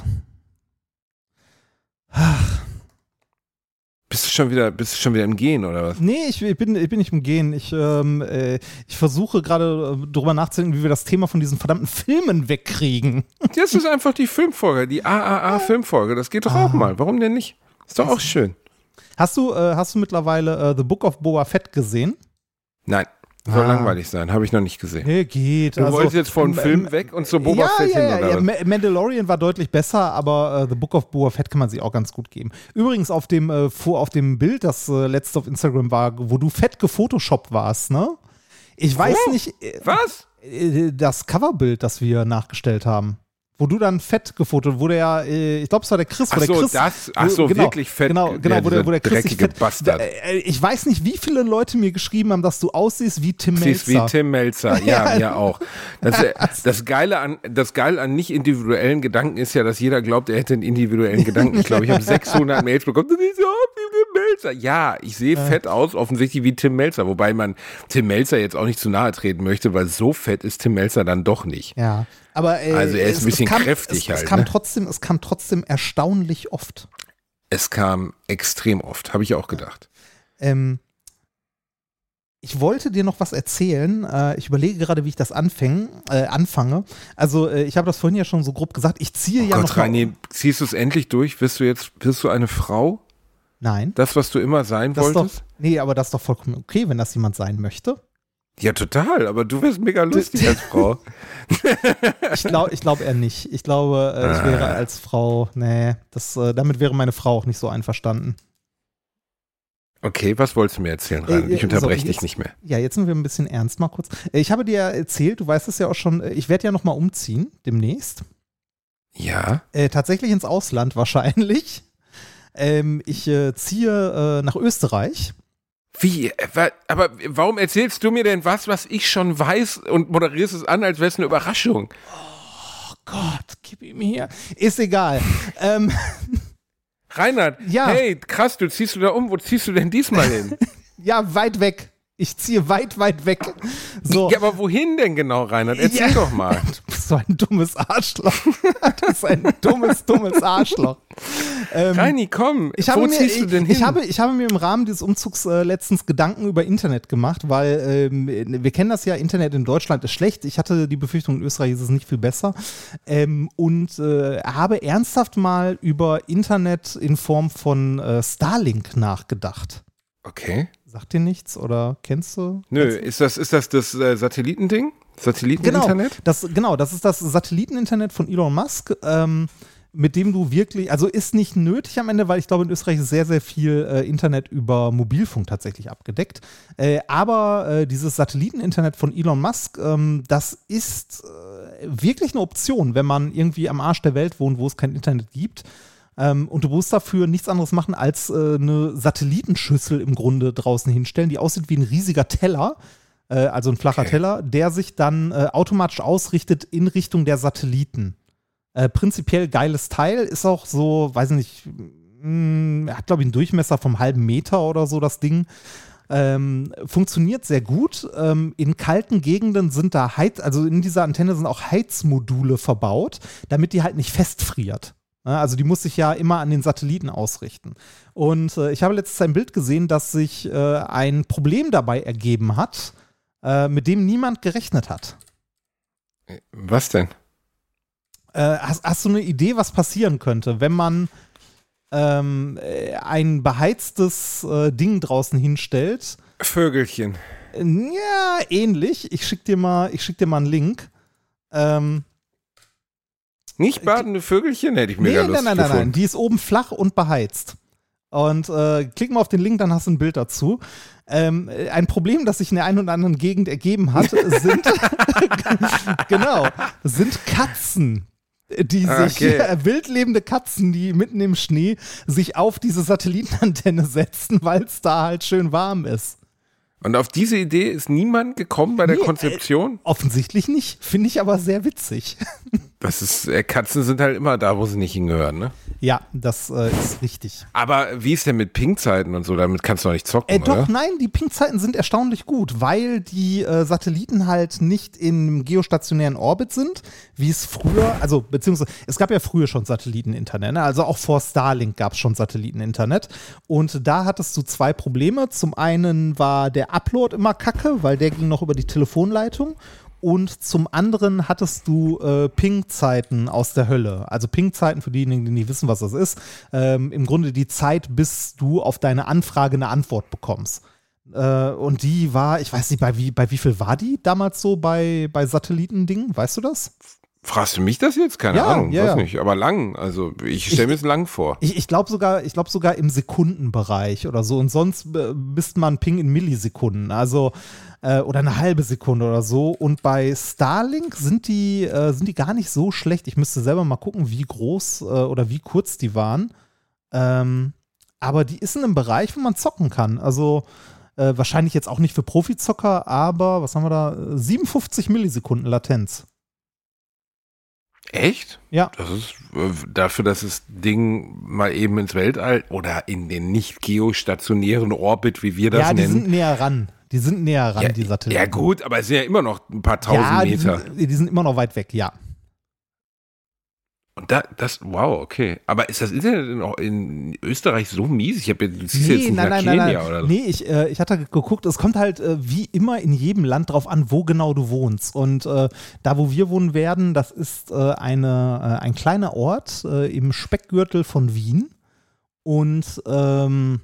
Bist du schon wieder, bist du schon wieder im Gehen oder was? Nee, ich, ich, bin, ich bin nicht im Gehen. Ich, ähm, äh, ich versuche gerade äh, drüber nachzudenken, wie wir das Thema von diesen verdammten Filmen wegkriegen. Das ist einfach die Filmfolge, die A A A-Filmfolge. Das geht doch auch mal. Warum denn nicht? Ist doch auch schön. Hast du, äh, hast du mittlerweile äh, The Book of Boba Fett gesehen? Nein, soll Ah. langweilig sein. Habe ich noch nicht gesehen. Nee, geht. Du also, wolltest jetzt vom ähm, Film weg und zu Boba ja, Fett ja, hin, ja, oder ja. was? Ma- Mandalorian war deutlich besser, aber äh, The Book of Boba Fett kann man sich auch ganz gut geben. Übrigens auf dem, äh, vor, auf dem Bild, das äh, letzte auf Instagram war, wo du fett gefotoshoppt warst, ne? Ich weiß Wo? nicht, äh, Was? äh, das Coverbild, das wir nachgestellt haben. Wo du dann fett gefototet, wo der, äh, ich glaube, es war der Chris, wo Ach der so, Chris. das- ach so, wo- genau, wirklich fett, Genau, genau, der- wo, der, wo der dieser Chris sich dreckige fett, Bastard. Äh, Ich weiß nicht, wie viele Leute mir geschrieben haben, dass du aussiehst wie Tim Siehst wie Melzer. Tim Melzer, ja, ja auch. Das, äh, das, Geile an, das Geile an nicht individuellen Gedanken ist ja, dass jeder glaubt, er hätte einen individuellen Gedanken. Ich glaube, ich habe sechshundert Mails bekommen. Du siehst so aus wie Tim Melzer. Ja, ich sehe fett aus, offensichtlich wie Tim Melzer. Wobei man Tim Melzer jetzt auch nicht zu nahe treten möchte, weil so fett ist Tim Melzer dann doch nicht. Ja, aber äh, Also er ist es, ein bisschen es kam, kräftig es, halt, Es kam ne? trotzdem, es kam trotzdem erstaunlich oft. Es kam extrem oft, habe ich auch gedacht. Ähm, ich wollte dir noch was erzählen. Äh, ich überlege gerade, wie ich das anfäng, äh, anfange. Also äh, ich habe das vorhin ja schon so grob gesagt. Ich ziehe Oh ja Gott, noch mal- Reini, ziehst du es endlich durch? Wirst du jetzt, wirst du eine Frau? Nein. Das, was du immer sein Das ist wolltest? doch, nee, aber das ist doch vollkommen okay, wenn das jemand sein möchte. Ja, total, aber du wärst mega lustig als Frau. Ich glaube ich glaub eher nicht. Ich glaube, äh, ich wäre als Frau, nee, das, äh, damit wäre meine Frau auch nicht so einverstanden. Okay, was wolltest du mir erzählen, Rainer? Äh, Ich unterbreche so, dich jetzt- nicht mehr. Ja, jetzt sind wir ein bisschen ernst mal kurz. Äh, Ich habe dir ja erzählt, du weißt es ja auch schon, äh, ich werde ja nochmal umziehen demnächst. Ja? Äh, tatsächlich ins Ausland wahrscheinlich. Ähm, ich äh, ziehe äh, nach Österreich. Wie? Äh, wa- Aber warum erzählst du mir denn was, was ich schon weiß und moderierst es an, als wäre es eine Überraschung? Gott, gib ihm hier. Ist egal. ähm, Reinhard, Ja. hey, krass, du ziehst du da um. Wo ziehst du denn diesmal hin? ja, weit weg. Ich ziehe weit, weit weg. So. Ja, aber wohin denn genau, Reinhard? Erzähl Ja. doch mal. Du bist so ein dummes Arschloch. Du bist ein dummes, dummes Arschloch. Ähm, Reini, komm, Ich habe, wo mir, ziehst du denn hin? ich, habe, ich habe mir im Rahmen dieses Umzugs äh, letztens Gedanken über Internet gemacht, weil ähm, wir kennen das ja, Internet in Deutschland ist schlecht. Ich hatte die Befürchtung, in Österreich ist es nicht viel besser. Ähm, und äh, habe ernsthaft mal über Internet in Form von äh, Starlink nachgedacht. Okay. Sagt dir nichts oder kennst du? Nö, Kennst du? ist das, ist das das äh, Satellitending? Genau, Satelliteninternet? das, genau, das ist das Satelliteninternet von Elon Musk, ähm, mit dem du wirklich, also ist nicht nötig am Ende, weil ich glaube, in Österreich ist sehr, sehr viel äh, Internet über Mobilfunk tatsächlich abgedeckt. Äh, aber äh, dieses Satelliteninternet von Elon Musk, ähm, das ist äh, wirklich eine Option, wenn man irgendwie am Arsch der Welt wohnt, wo es kein Internet gibt. Ähm, und du musst dafür nichts anderes machen, als äh, eine Satellitenschüssel im Grunde draußen hinstellen, die aussieht wie ein riesiger Teller, äh, also ein flacher Okay. Teller, der sich dann äh, automatisch ausrichtet in Richtung der Satelliten. Äh, prinzipiell geiles Teil, ist auch so, weiß nicht, mh, hat glaube ich einen Durchmesser vom halben Meter oder so, das Ding. Ähm, funktioniert sehr gut. Ähm, in kalten Gegenden sind da Heiz, also in dieser Antenne sind auch Heizmodule verbaut, damit die halt nicht festfriert. Ja, also die muss sich ja immer an den Satelliten ausrichten. Und äh, ich habe letztens ein Bild gesehen, dass sich äh, ein Problem dabei ergeben hat, äh, mit dem niemand gerechnet hat. Was denn? Äh, hast, hast du eine Idee, was passieren könnte, wenn man ähm, äh, ein beheiztes äh, Ding draußen hinstellt? Vögelchen. Äh, Ja, ähnlich. Ich schick dir mal, ich schick dir mal einen Link. Ähm, Nicht badende Vögelchen? Hätte ich mir nee, gar nein, lustig nein, nein, nein. gefunden. Die ist oben flach und beheizt. Und äh, klick mal auf den Link, dann hast du ein Bild dazu. Ähm, ein Problem, das sich in der einen oder anderen Gegend ergeben hat, sind genau, sind Katzen, die sich Okay. äh, wildlebende Katzen, die mitten im Schnee sich auf diese Satellitenantenne setzen, weil es da halt schön warm ist. Und auf diese Idee ist niemand gekommen bei der Nee, Konzeption? Offensichtlich nicht, finde ich aber sehr witzig. Das ist, äh, Katzen sind halt immer da, wo sie nicht hingehören, ne? Ja, das äh, ist richtig. Aber wie ist denn mit Ping-Zeiten und so? Damit kannst du doch nicht zocken, Äh, doch, oder? nein, die Ping-Zeiten sind erstaunlich gut, weil die äh, Satelliten halt nicht im geostationären Orbit sind, wie es früher, also beziehungsweise es gab ja früher schon Satelliteninternet, ne? Also auch vor Starlink gab es schon Satelliteninternet und da hattest du zwei Probleme. Zum einen war der Upload immer kacke, weil der ging noch über die Telefonleitung. Und zum anderen hattest du äh, Ping-Zeiten aus der Hölle. Also Ping-Zeiten, für diejenigen, die nicht wissen, was das ist, ähm, im Grunde die Zeit, bis du auf deine Anfrage eine Antwort bekommst. Äh, und die war, ich weiß nicht, bei wie, bei wie viel war die damals so bei, bei Satellitendingen? Weißt du das? Fragst du mich das jetzt? Keine Ja, Ahnung, ja, weiß ja. nicht. Aber lang. Also ich stelle mir es lang vor. Ich, ich glaube sogar, ich glaube sogar im Sekundenbereich oder so. Und sonst äh, misst man Ping in Millisekunden. Also äh, oder eine halbe Sekunde oder so. Und bei Starlink sind die, äh, sind die gar nicht so schlecht. Ich müsste selber mal gucken, wie groß äh, oder wie kurz die waren. Ähm, aber die ist in einem Bereich, wo man zocken kann. Also äh, wahrscheinlich jetzt auch nicht für Profizocker, aber was haben wir da? siebenundfünfzig Millisekunden Latenz. Echt? Ja. Das ist äh, dafür, dass das Ding mal eben ins Weltall oder in den nicht geostationären Orbit, wie wir das Ja, die nennen. sind näher ran. Die sind näher ran, ja, die Satelliten. ja gut, aber es sind ja immer noch ein paar tausend ja, die Meter. sind, die sind immer noch weit weg, ja. Und da, das, wow, okay. Aber ist das Internet in, in Österreich so mies? Ich habe jetzt, du ziehst jetzt nicht nach Kenia oder so. Nee, ich, äh, ich hatte geguckt, es kommt halt äh, wie immer in jedem Land drauf an, wo genau du wohnst. Und äh, da, wo wir wohnen werden, das ist äh, eine, äh, ein kleiner Ort äh, im Speckgürtel von Wien. Und ähm,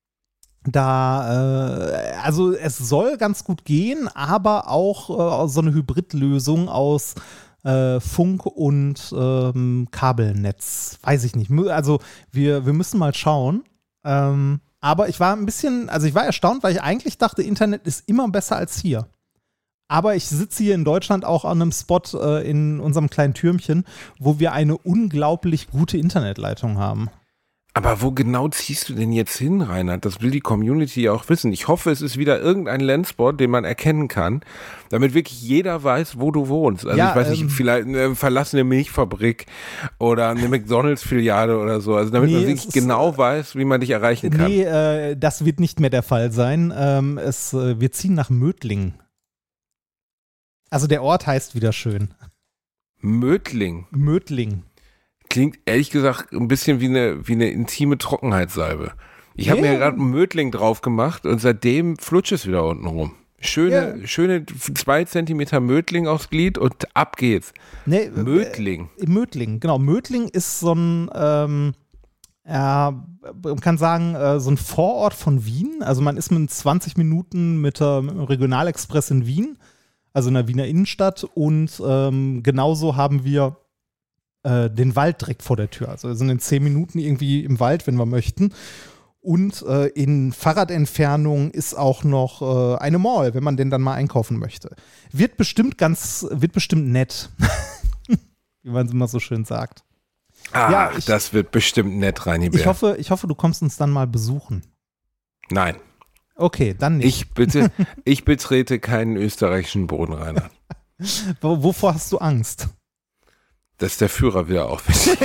da, äh, also es soll ganz gut gehen, aber auch äh, so eine Hybridlösung aus äh, Funk und ähm, Kabelnetz. Weiß ich nicht. Also wir, wir müssen mal schauen. Ähm, aber ich war ein bisschen, also ich war erstaunt, weil ich eigentlich dachte, Internet ist immer besser als hier. Aber ich sitze hier in Deutschland auch an einem Spot äh, in unserem kleinen Türmchen, wo wir eine unglaublich gute Internetleitung haben. Aber wo genau ziehst du denn jetzt hin, Reinhard? Das will die Community ja auch wissen. Ich hoffe, es ist wieder irgendein Landspot, den man erkennen kann, damit wirklich jeder weiß, wo du wohnst. Also ja, ich weiß ähm, nicht, vielleicht eine verlassene Milchfabrik oder eine McDonalds-Filiale oder so. Also damit nee, man wirklich ist, genau weiß, wie man dich erreichen kann. Nee, äh, das wird nicht mehr der Fall sein. Ähm, es, äh, wir ziehen nach Mödling. Also der Ort heißt wieder schön. Mödling. Mödling. Klingt ehrlich gesagt ein bisschen wie eine, wie eine intime Trockenheitssalbe. Ich habe Yeah. mir gerade einen Mödling drauf gemacht und seitdem flutscht es wieder unten rum. Schöne, Yeah. schöne zwei Zentimeter Mödling aufs Glied und ab geht's. Nee, Mödling. Äh, Mödling, genau. Mödling ist so ein, ähm, ja, man kann sagen, äh, so ein Vorort von Wien. Also man ist mit zwanzig Minuten mit, äh, mit dem Regionalexpress in Wien, also in der Wiener Innenstadt. Und ähm, genauso haben wir den Wald direkt vor der Tür. Also wir sind in zehn Minuten irgendwie im Wald, wenn wir möchten. Und äh, in Fahrradentfernung ist auch noch äh, eine Mall, wenn man denn dann mal einkaufen möchte. Wird bestimmt ganz, wird bestimmt nett. Wie man es immer so schön sagt. Ah, ja, ich, das wird bestimmt nett, Reini Bär. Ich hoffe, ich hoffe, du kommst uns dann mal besuchen. Nein. Okay, dann nicht. Ich bitte, ich betrete keinen österreichischen Boden, Reinhard. Wo, wovor hast du Angst? Dass der Führer wieder aufwächst.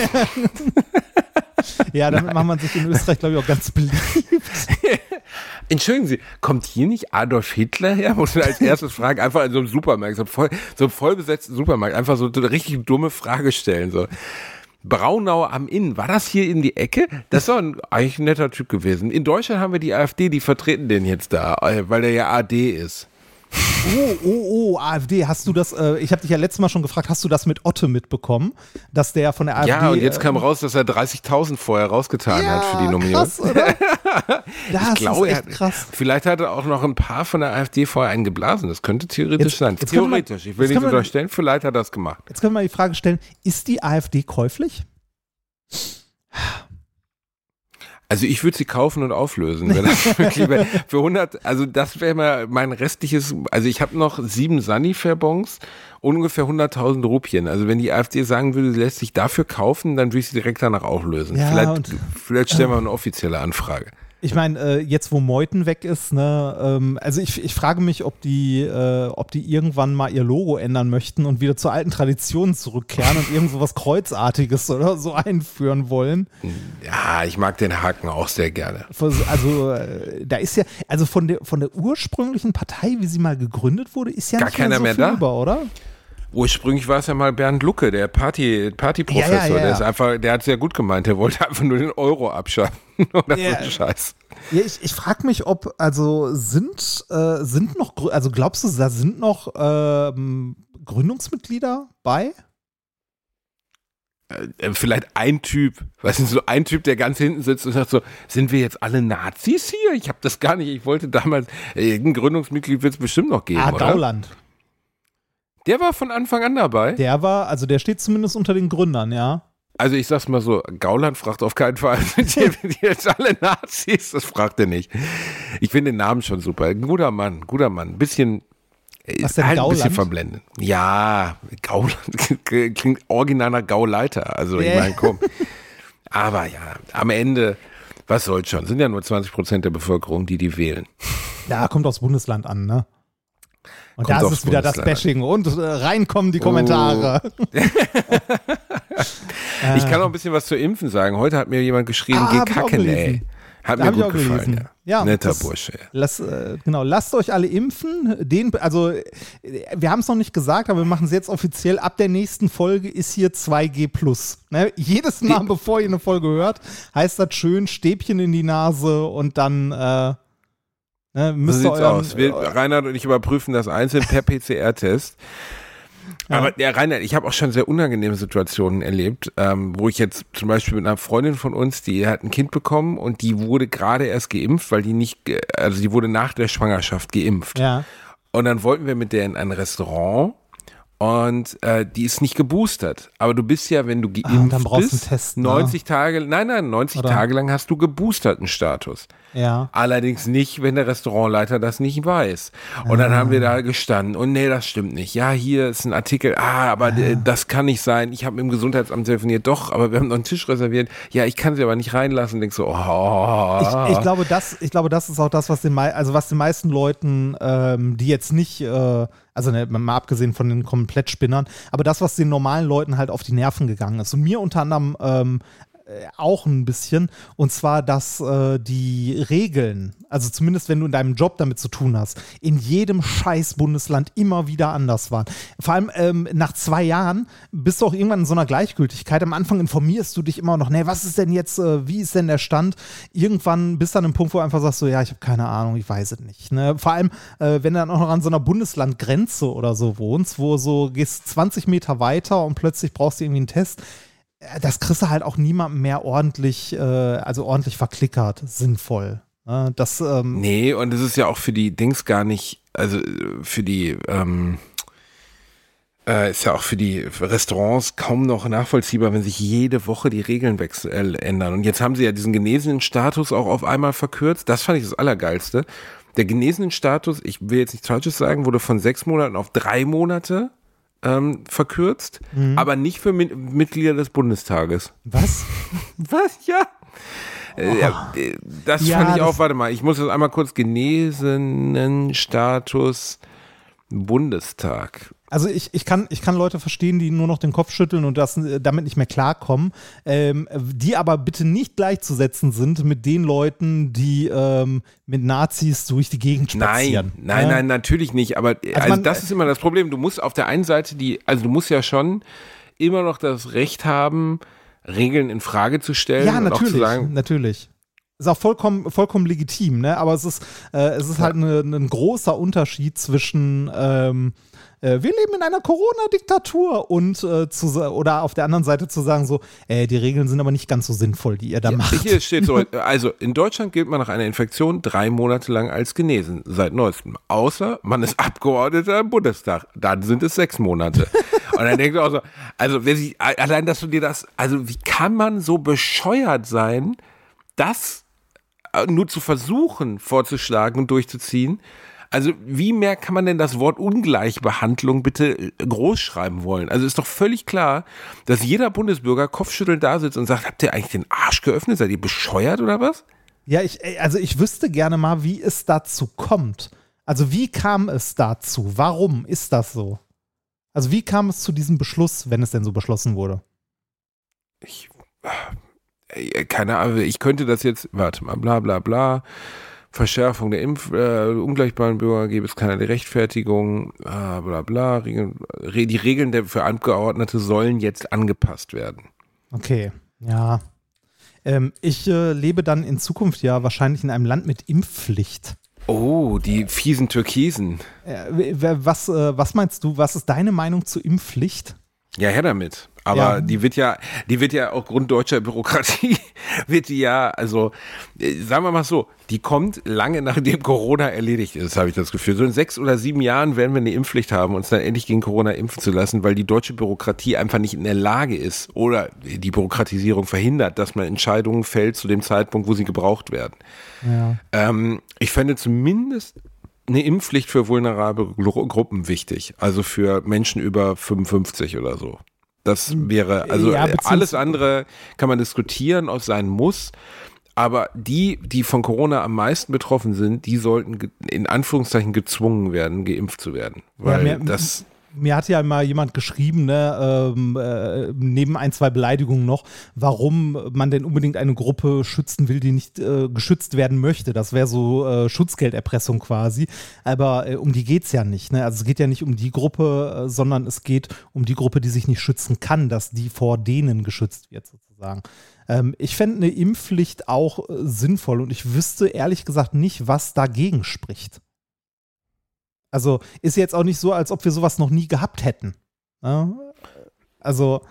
Ja, damit macht man sich in Österreich, glaube ich, auch ganz beliebt. Entschuldigen Sie, kommt hier nicht Adolf Hitler her? Muss man als erstes fragen, einfach in so einem Supermarkt, so, voll, so einem vollbesetzten Supermarkt, einfach so eine richtig dumme Frage stellen. So. Braunau am Inn, war das hier in die Ecke? Das ist doch ein, eigentlich ein netter Typ gewesen. In Deutschland haben wir die AfD, die vertreten den jetzt da, weil der ja A D ist. Oh, oh, oh, AfD, hast du das, äh, ich habe dich ja letztes Mal schon gefragt, hast du das mit Otte mitbekommen, dass der von der AfD... Ja, und jetzt kam äh, raus, dass er dreißigtausend vorher rausgetan ja, hat für die Nominierung. Krass, oder? Das ich glaube, ist er echt hat, krass. vielleicht hat er auch noch ein paar von der AfD vorher eingeblasen. Das könnte theoretisch Jetzt- sein. jetzt können wir- Theoretisch, ich will jetzt nicht können wir- unterstellen, vielleicht hat er das gemacht. Jetzt können wir mal die Frage stellen, ist die AfD käuflich? Also ich würde sie kaufen und auflösen, wenn das wirklich wär. Für hundert, also das wäre mal mein restliches, also ich habe noch sieben Sanifair-Bons, ungefähr hunderttausend Rupien. Also wenn die AfD sagen würde, sie lässt sich dafür kaufen, dann würde ich sie direkt danach auflösen. Ja, vielleicht, und- vielleicht stellen wir eine offizielle Anfrage. Ich meine, äh, jetzt wo Meuthen weg ist, ne, ähm, also ich, ich frage mich, ob die, äh, ob die irgendwann mal ihr Logo ändern möchten und wieder zur alten Tradition zurückkehren und irgend so was Kreuzartiges oder so einführen wollen. Ja, ich mag den Haken auch sehr gerne. Also äh, da ist ja, also von der, von der ursprünglichen Partei, wie sie mal gegründet wurde, ist ja Gar nicht keiner mehr so mehr viel da? über, oder? Ursprünglich war es ja mal Bernd Lucke, der Party, Partyprofessor. Ja, ja, ja, Der ist ja. einfach, der hat sehr gut gemeint. Der wollte einfach nur den Euro abschaffen. Oder Ja. so ein Scheiß. Ja, ich, ich frage mich, ob, also sind, äh, sind noch, Grü- also glaubst du, da sind noch ähm, Gründungsmitglieder bei? Äh, Vielleicht ein Typ, weißt du, so ein Typ, der ganz hinten sitzt und sagt so, sind wir jetzt alle Nazis hier? Ich habe das gar nicht, ich wollte damals, äh, ein Gründungsmitglied wird es bestimmt noch geben, Ah, oder? Gauland. Der war von Anfang an dabei. Der war, also der steht zumindest unter den Gründern, ja. Also ich sag's mal so, Gauland fragt auf keinen Fall, sind die die jetzt alle Nazis? Das fragt er nicht. Ich finde den Namen schon super. Ein guter Mann, guter Mann. Ein bisschen, äh, Was denn, halt ein bisschen Gauland? verblendet. Ja, Gauland klingt originaler Gauleiter. Also ich Yeah. meine, komm. Aber ja, am Ende, was soll's schon, sind ja nur zwanzig Prozent der Bevölkerung, die die wählen. Ja, kommt aufs Bundesland an, ne? Und Kommt da aufs ist es wieder das Bundesland Bashing und äh, reinkommen die Kommentare. Ich kann noch ein bisschen was zu Impfen sagen. Heute hat mir jemand geschrieben, Ah, geh hab ich auch kacken, ey. gelesen. Hat Da mir hab ich gut auch gefallen. gelesen. Ja. Ja, Netter das- Bursche. Ja. Lass, äh, genau, lasst euch alle impfen. Den, also, äh, wir haben es noch nicht gesagt, aber wir machen es jetzt offiziell. Ab der nächsten Folge ist hier zwei G plus. Ne? Jedes Mal, bevor ihr eine Folge hört, heißt das schön Stäbchen in die Nase und dann äh, ne, So müsst ihr sieht's euren, aus. Wir, Reinhard und ich überprüfen das einzeln per P C R-Test. Aber der Rainer, ich habe auch schon sehr unangenehme Situationen erlebt, ähm, wo ich jetzt zum Beispiel mit einer Freundin von uns, die hat ein Kind bekommen und die wurde gerade erst geimpft, weil die nicht, ge- also die wurde nach der Schwangerschaft geimpft. Ja. Und dann wollten wir mit der in ein Restaurant und äh, die ist nicht geboostert. Aber du bist ja, wenn du geimpft Ah, dann brauchst du bist, einen Test, ne? neunzig Tage, nein, nein, neunzig Oder? Tage lang hast du geboosterten Status. Ja. Allerdings nicht, wenn der Restaurantleiter das nicht weiß. Und dann haben wir da gestanden und nee, das stimmt nicht. Ja, hier ist ein Artikel, ah, aber äh, das kann nicht sein. Ich habe mit dem Gesundheitsamt telefoniert, doch, aber wir haben noch einen Tisch reserviert. Ja, ich kann sie aber nicht reinlassen. Denkst so, oh. Ich, ich glaube, das, ich glaube, das ist auch das, was den, mei- also was den meisten Leuten, ähm, die jetzt nicht, äh, also ne, mal abgesehen von den Komplettspinnern, aber das, was den normalen Leuten halt auf die Nerven gegangen ist. Und mir unter anderem ähm, äh, auch ein bisschen. Und zwar, dass äh, die Regeln, also zumindest wenn du in deinem Job damit zu tun hast, in jedem scheiß Bundesland immer wieder anders waren. Vor allem ähm, nach zwei Jahren bist du auch irgendwann in so einer Gleichgültigkeit. Am Anfang informierst du dich immer noch, nee, was ist denn jetzt, äh, wie ist denn der Stand? Irgendwann bist du an einem Punkt, wo du einfach sagst, so, ja, ich habe keine Ahnung, ich weiß es nicht. Ne? Vor allem, äh, wenn du dann auch noch an so einer Bundeslandgrenze oder so wohnst, wo so gehst zwanzig Meter weiter und plötzlich brauchst du irgendwie einen Test, äh, das kriegst du halt auch niemandem mehr ordentlich, äh, also ordentlich verklickert, sinnvoll. Ne? Das, ähm, Nee, und es ist ja auch für die Dings gar nicht, also für die, ähm, äh, ist ja auch für die Restaurants kaum noch nachvollziehbar, wenn sich jede Woche die Regeln wechseln, äh, ändern. Und jetzt haben sie ja diesen genesenen Status auch auf einmal verkürzt. Das fand ich das Allergeilste. Der genesenen Status, ich will jetzt nichts Falsches sagen, wurde von sechs Monaten auf drei Monate ähm, verkürzt, Mhm. aber nicht für Mi- Mitglieder des Bundestages. was? Was? Ja. Äh, ja, äh, das Ja, fand ich das- auch, warte mal, ich muss das einmal kurz, genesenen Status Bundestag. Also ich, ich, kann, ich kann Leute verstehen, die nur noch den Kopf schütteln und das, äh, damit nicht mehr klarkommen, ähm, die aber bitte nicht gleichzusetzen sind mit den Leuten, die ähm, mit Nazis durch die Gegend spazieren. Nein, nein, Ja? nein, natürlich nicht. Aber also, Also man- das ist immer das Problem. Du musst auf der einen Seite die, also du musst ja schon immer noch das Recht haben, Regeln in Frage zu stellen Ja, und auch zu natürlich, sagen, natürlich. Ist auch vollkommen, vollkommen legitim, ne? Aber es ist, äh, es ist halt eine, ein großer Unterschied zwischen ähm, äh, wir leben in einer Corona-Diktatur und äh, zu, sa- oder auf der anderen Seite zu sagen so, äh, die Regeln sind aber nicht ganz so sinnvoll, die ihr da macht. hier steht so, also in Deutschland gilt man nach einer Infektion drei Monate lang als genesen, seit neuestem. Außer man ist Abgeordneter im Bundestag, dann sind es sechs Monate. Und dann denkst du auch so, also wer sich, allein, dass du dir das, also wie kann man so bescheuert sein, das nur zu versuchen vorzuschlagen und durchzuziehen? Also wie mehr kann man denn das Wort Ungleichbehandlung bitte groß schreiben wollen? Also ist doch völlig klar, dass jeder Bundesbürger kopfschüttelnd da sitzt und sagt, habt ihr eigentlich den Arsch geöffnet? Seid ihr bescheuert oder was? Ja, ich, äh, also ich wüsste gerne mal, wie es dazu kommt. Also wie kam es dazu? Warum ist das so? Also wie kam es zu diesem Beschluss, wenn es denn so beschlossen wurde? Ich, äh, keine Ahnung, ich könnte das jetzt, warte mal, bla bla bla, Verschärfung der Impf, äh, ungleichbaren Bürger gäbe es keine Rechtfertigung, äh, bla bla, Regeln, re, die Regeln der für Abgeordnete sollen jetzt angepasst werden. Okay, ja. Ähm, ich äh, lebe dann in Zukunft ja wahrscheinlich in einem Land mit Impfpflicht. Oh, die fiesen Türkisen. Äh, w- w- was, äh, was meinst du, was ist deine Meinung zur Impfpflicht? Ja, her damit. Aber Ja. die wird ja, die wird ja aufgrund deutscher Bürokratie, wird die ja, also äh, sagen wir mal so, die kommt lange nachdem Corona erledigt ist, habe ich das Gefühl. So in sechs oder sieben Jahren werden wir eine Impfpflicht haben, uns dann endlich gegen Corona impfen zu lassen, weil die deutsche Bürokratie einfach nicht in der Lage ist oder die Bürokratisierung verhindert, dass man Entscheidungen fällt zu dem Zeitpunkt, wo sie gebraucht werden. Ja. Ähm, ich fände zumindest eine Impfpflicht für vulnerable Gru- Gruppen wichtig. Also für Menschen über fünfundfünfzig oder so. Das wäre, also Ja, äh, beziehungs- alles andere kann man diskutieren, ob es sein muss. Aber die, die von Corona am meisten betroffen sind, die sollten ge- in Anführungszeichen gezwungen werden, geimpft zu werden. Weil mir- das, Mir hat ja mal jemand geschrieben, ne, ähm, äh, neben ein, zwei Beleidigungen noch, warum man denn unbedingt eine Gruppe schützen will, die nicht äh, geschützt werden möchte. Das wäre so äh, Schutzgelderpressung quasi. Aber äh, um die geht es ja nicht. Ne? Also es geht ja nicht um die Gruppe, äh, sondern es geht um die Gruppe, die sich nicht schützen kann, dass die vor denen geschützt wird sozusagen. Ähm, ich fände eine Impfpflicht auch äh, sinnvoll und ich wüsste ehrlich gesagt nicht, was dagegen spricht. Also ist jetzt auch nicht so, als ob wir sowas noch nie gehabt hätten. Ja? Also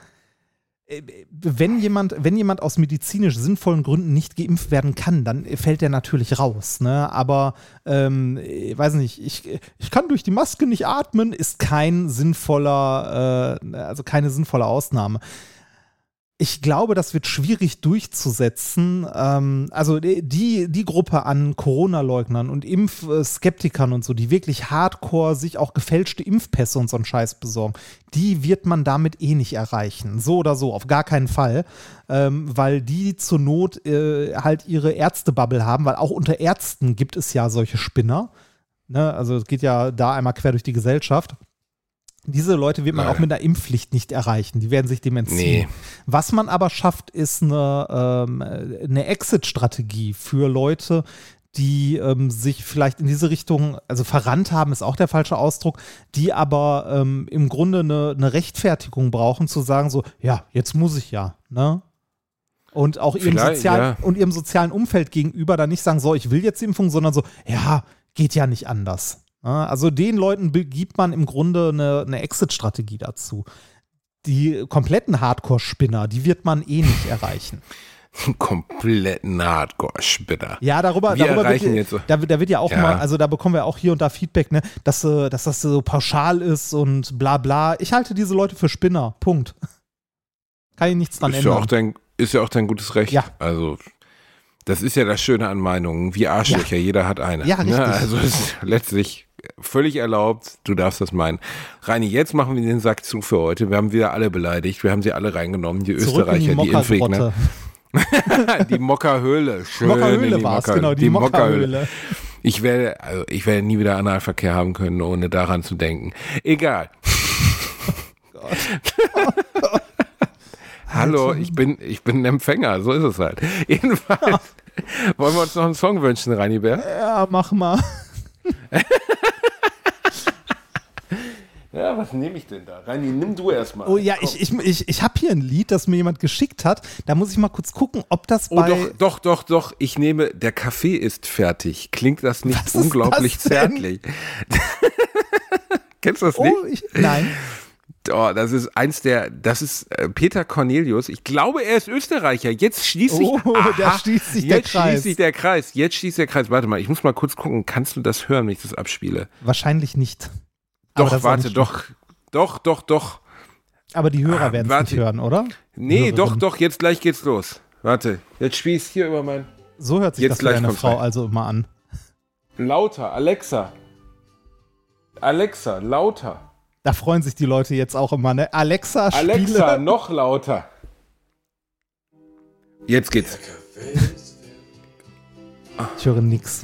wenn jemand, wenn jemand aus medizinisch sinnvollen Gründen nicht geimpft werden kann, dann fällt der natürlich raus. Ne? Aber ähm, ich weiß nicht, ich, ich kann durch die Maske nicht atmen, ist kein sinnvoller, äh, also keine sinnvolle Ausnahme. Ich glaube, das wird schwierig durchzusetzen. Ähm, also die, die Gruppe an Corona-Leugnern und Impfskeptikern und so, die wirklich hardcore sich auch gefälschte Impfpässe und so einen Scheiß besorgen, die wird man damit eh nicht erreichen. So oder so, auf gar keinen Fall. Ähm, weil die zur Not äh, halt ihre Ärztebubble haben, weil auch unter Ärzten gibt es ja solche Spinner. Ne? Also es geht ja da einmal quer durch die Gesellschaft. Diese Leute wird man Nein. auch mit einer Impfpflicht nicht erreichen. Die werden sich dem entziehen. Nee. Was man aber schafft, ist eine, ähm, eine Exit-Strategie für Leute, die ähm, sich vielleicht in diese Richtung, also verrannt haben, ist auch der falsche Ausdruck, die aber ähm, im Grunde eine, eine Rechtfertigung brauchen, zu sagen so, ja, jetzt muss ich ja, ne? Und auch ihrem sozialen, ja. und ihrem sozialen Umfeld gegenüber dann nicht sagen, so, ich will jetzt die Impfung, sondern so, ja, geht ja nicht anders. Also den Leuten gibt man im Grunde eine, eine Exit-Strategie dazu. Die kompletten Hardcore-Spinner, die wird man eh nicht erreichen. Kompletten Hardcore-Spinner. Ja, darüber, wir darüber erreichen wird, jetzt so. da, da wird ja auch ja. mal, also da bekommen wir auch hier und da Feedback, ne, dass, dass das so pauschal ist und bla bla. Ich halte diese Leute für Spinner. Punkt. Kann ich nichts dran ist ändern. Ja auch dein, ist ja auch dein gutes Recht. Ja. Also das ist ja das Schöne an Meinungen, wie Arschlöcher, ja. Jeder hat eine. Ja, richtig. Ne? Also es ist letztlich völlig erlaubt, du darfst das meinen. Reini, jetzt machen wir den Sack zu für heute. Wir haben wieder alle beleidigt, wir haben sie alle reingenommen, die Zurück Österreicher, in die, die Impfgegner. die Mokka-Höhle. Schön Mokka-Höhle war es, genau, die, die Mokka-Höhle. Ich werde, also ich werde nie wieder Analverkehr haben können, ohne daran zu denken. Egal. Oh Gott. Hallo, ich bin, ich bin ein Empfänger, so ist es halt. Jedenfalls, ja. Wollen wir uns noch einen Song wünschen, Reini Bär? Ja, mach mal. Ja, was nehme ich denn da? Reini, nimm du erstmal. Oh ja, ich, ich, ich, ich habe hier ein Lied, das mir jemand geschickt hat. Da muss ich mal kurz gucken, ob das bei... Oh doch, doch, doch, doch. Ich nehme, der Kaffee ist fertig. Klingt das nicht was unglaublich das zärtlich? Kennst du das nicht? Oh, ich, nein. Oh, das ist eins der, das ist äh, Peter Cornelius. Ich glaube, er ist Österreicher. Jetzt schließt sich, oh, aha, da schließt sich der jetzt Kreis. schließt sich der Kreis. Jetzt schließt der Kreis. Warte mal, ich muss mal kurz gucken. Kannst du das hören, wenn ich das abspiele? Wahrscheinlich nicht. Doch, warte, doch, doch, doch, doch. Aber die Hörer ah, werden es nicht hören, oder? Nee, Hörerin. doch, doch, jetzt gleich geht's los. Warte, jetzt spielst hier über mein... So hört sich jetzt das für deine Frau rein. Also immer an. Lauter, Alexa. Alexa, lauter. Da freuen sich die Leute jetzt auch immer, ne? Alexa, spiele. Alexa, noch lauter. Jetzt geht's. Ich höre nix.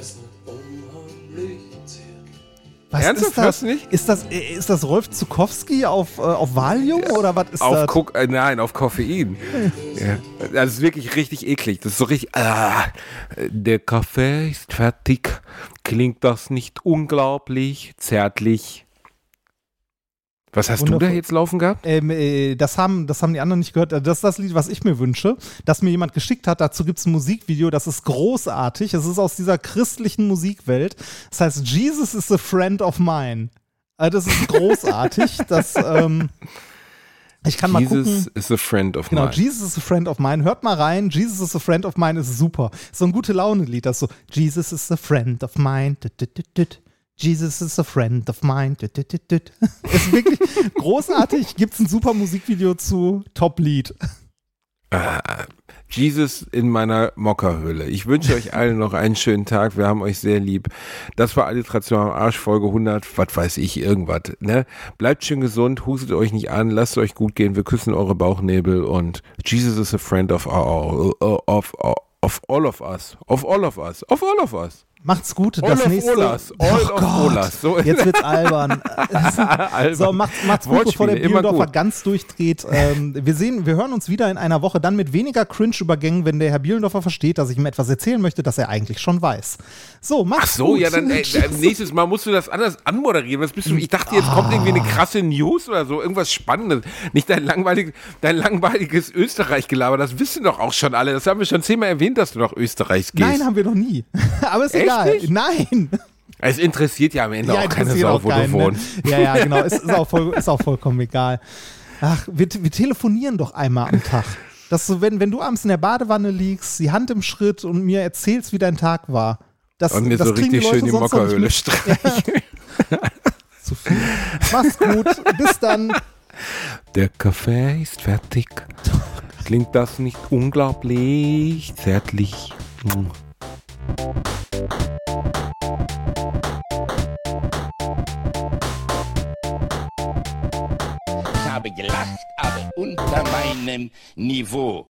Was Ernsthaft, ist das? hörst du nicht? Ist das, ist das Rolf Zukowski auf, äh, auf Valium ja. oder was ist auf das? Cook, äh, nein, auf Koffein. Ja. Das ist wirklich richtig eklig. Das ist so richtig, ah, der Kaffee ist fertig. Klingt das nicht unglaublich zärtlich? Was hast Wundervoll. Du da jetzt laufen gehabt? Ähm, äh, das, haben, das haben die anderen nicht gehört. Das ist das Lied, was ich mir wünsche, das mir jemand geschickt hat. Dazu gibt es ein Musikvideo, das ist großartig. Es ist aus dieser christlichen Musikwelt. Das heißt, Jesus is a friend of mine. Also das ist großartig. das, ähm, ich kann Jesus mal gucken. Jesus is a friend of genau, mine. Genau, Jesus is a friend of mine. Hört mal rein. Jesus is a friend of mine ist super. So ein gute Laune-Lied. Das so, Jesus is a friend of mine. Jesus is a friend of mine. Ist wirklich großartig. Gibt's ein super Musikvideo zu. Top-Lied. Uh, Jesus in meiner Mokka-Höhle. Ich wünsche euch allen noch einen schönen Tag. Wir haben euch sehr lieb. Das war Alliteration am Arsch, Folge hundert. Was weiß ich, irgendwas. Ne? Bleibt schön gesund, hustet euch nicht an, lasst euch gut gehen. Wir küssen eure Bauchnäbel und Jesus is a friend of, our, of, of, of all of us. Of all of us. Of all of us. Macht's gut. All das of nächste. Olas. All oh of Gott. Olas. So. Jetzt wird's albern. so, macht's, macht's gut, bevor der Bielendorfer ganz durchdreht. Ähm, wir sehen, wir hören uns wieder in einer Woche, dann mit weniger Cringe-Übergängen, wenn der Herr Bielendorfer versteht, dass ich ihm etwas erzählen möchte, das er eigentlich schon weiß. So, macht's Ach so, gut. ja, dann ey, nächstes Mal musst du das anders anmoderieren. Was bist du? Ich dachte, jetzt ah. kommt irgendwie eine krasse News oder so, irgendwas Spannendes. Nicht dein, langweilig, dein langweiliges Österreich-Gelaber, das wissen doch auch schon alle. Das haben wir schon zehnmal erwähnt, dass du nach Österreich gehst. Nein, haben wir noch nie. Aber ist Echt egal. nicht? Nein. Es interessiert ja am Ende Ja, auch keine interessiert Sau, auch wo keinen, du ne? wohnst. Ja, ja, genau. Es ist auch, voll, ist auch vollkommen egal. Ach, wir, wir telefonieren doch einmal am Tag. Dass du, wenn, wenn du abends in der Badewanne liegst, die Hand im Schritt und mir erzählst, wie dein Tag war. Das, Und mir das so kriegen richtig Leute schön die sonst noch nicht Mockerhöhle mit. streicheln. Zu viel. Mach's gut. Bis dann. Der Kaffee ist fertig. Klingt das nicht unglaublich zärtlich? Mm. Ich habe gelacht, aber unter meinem Niveau.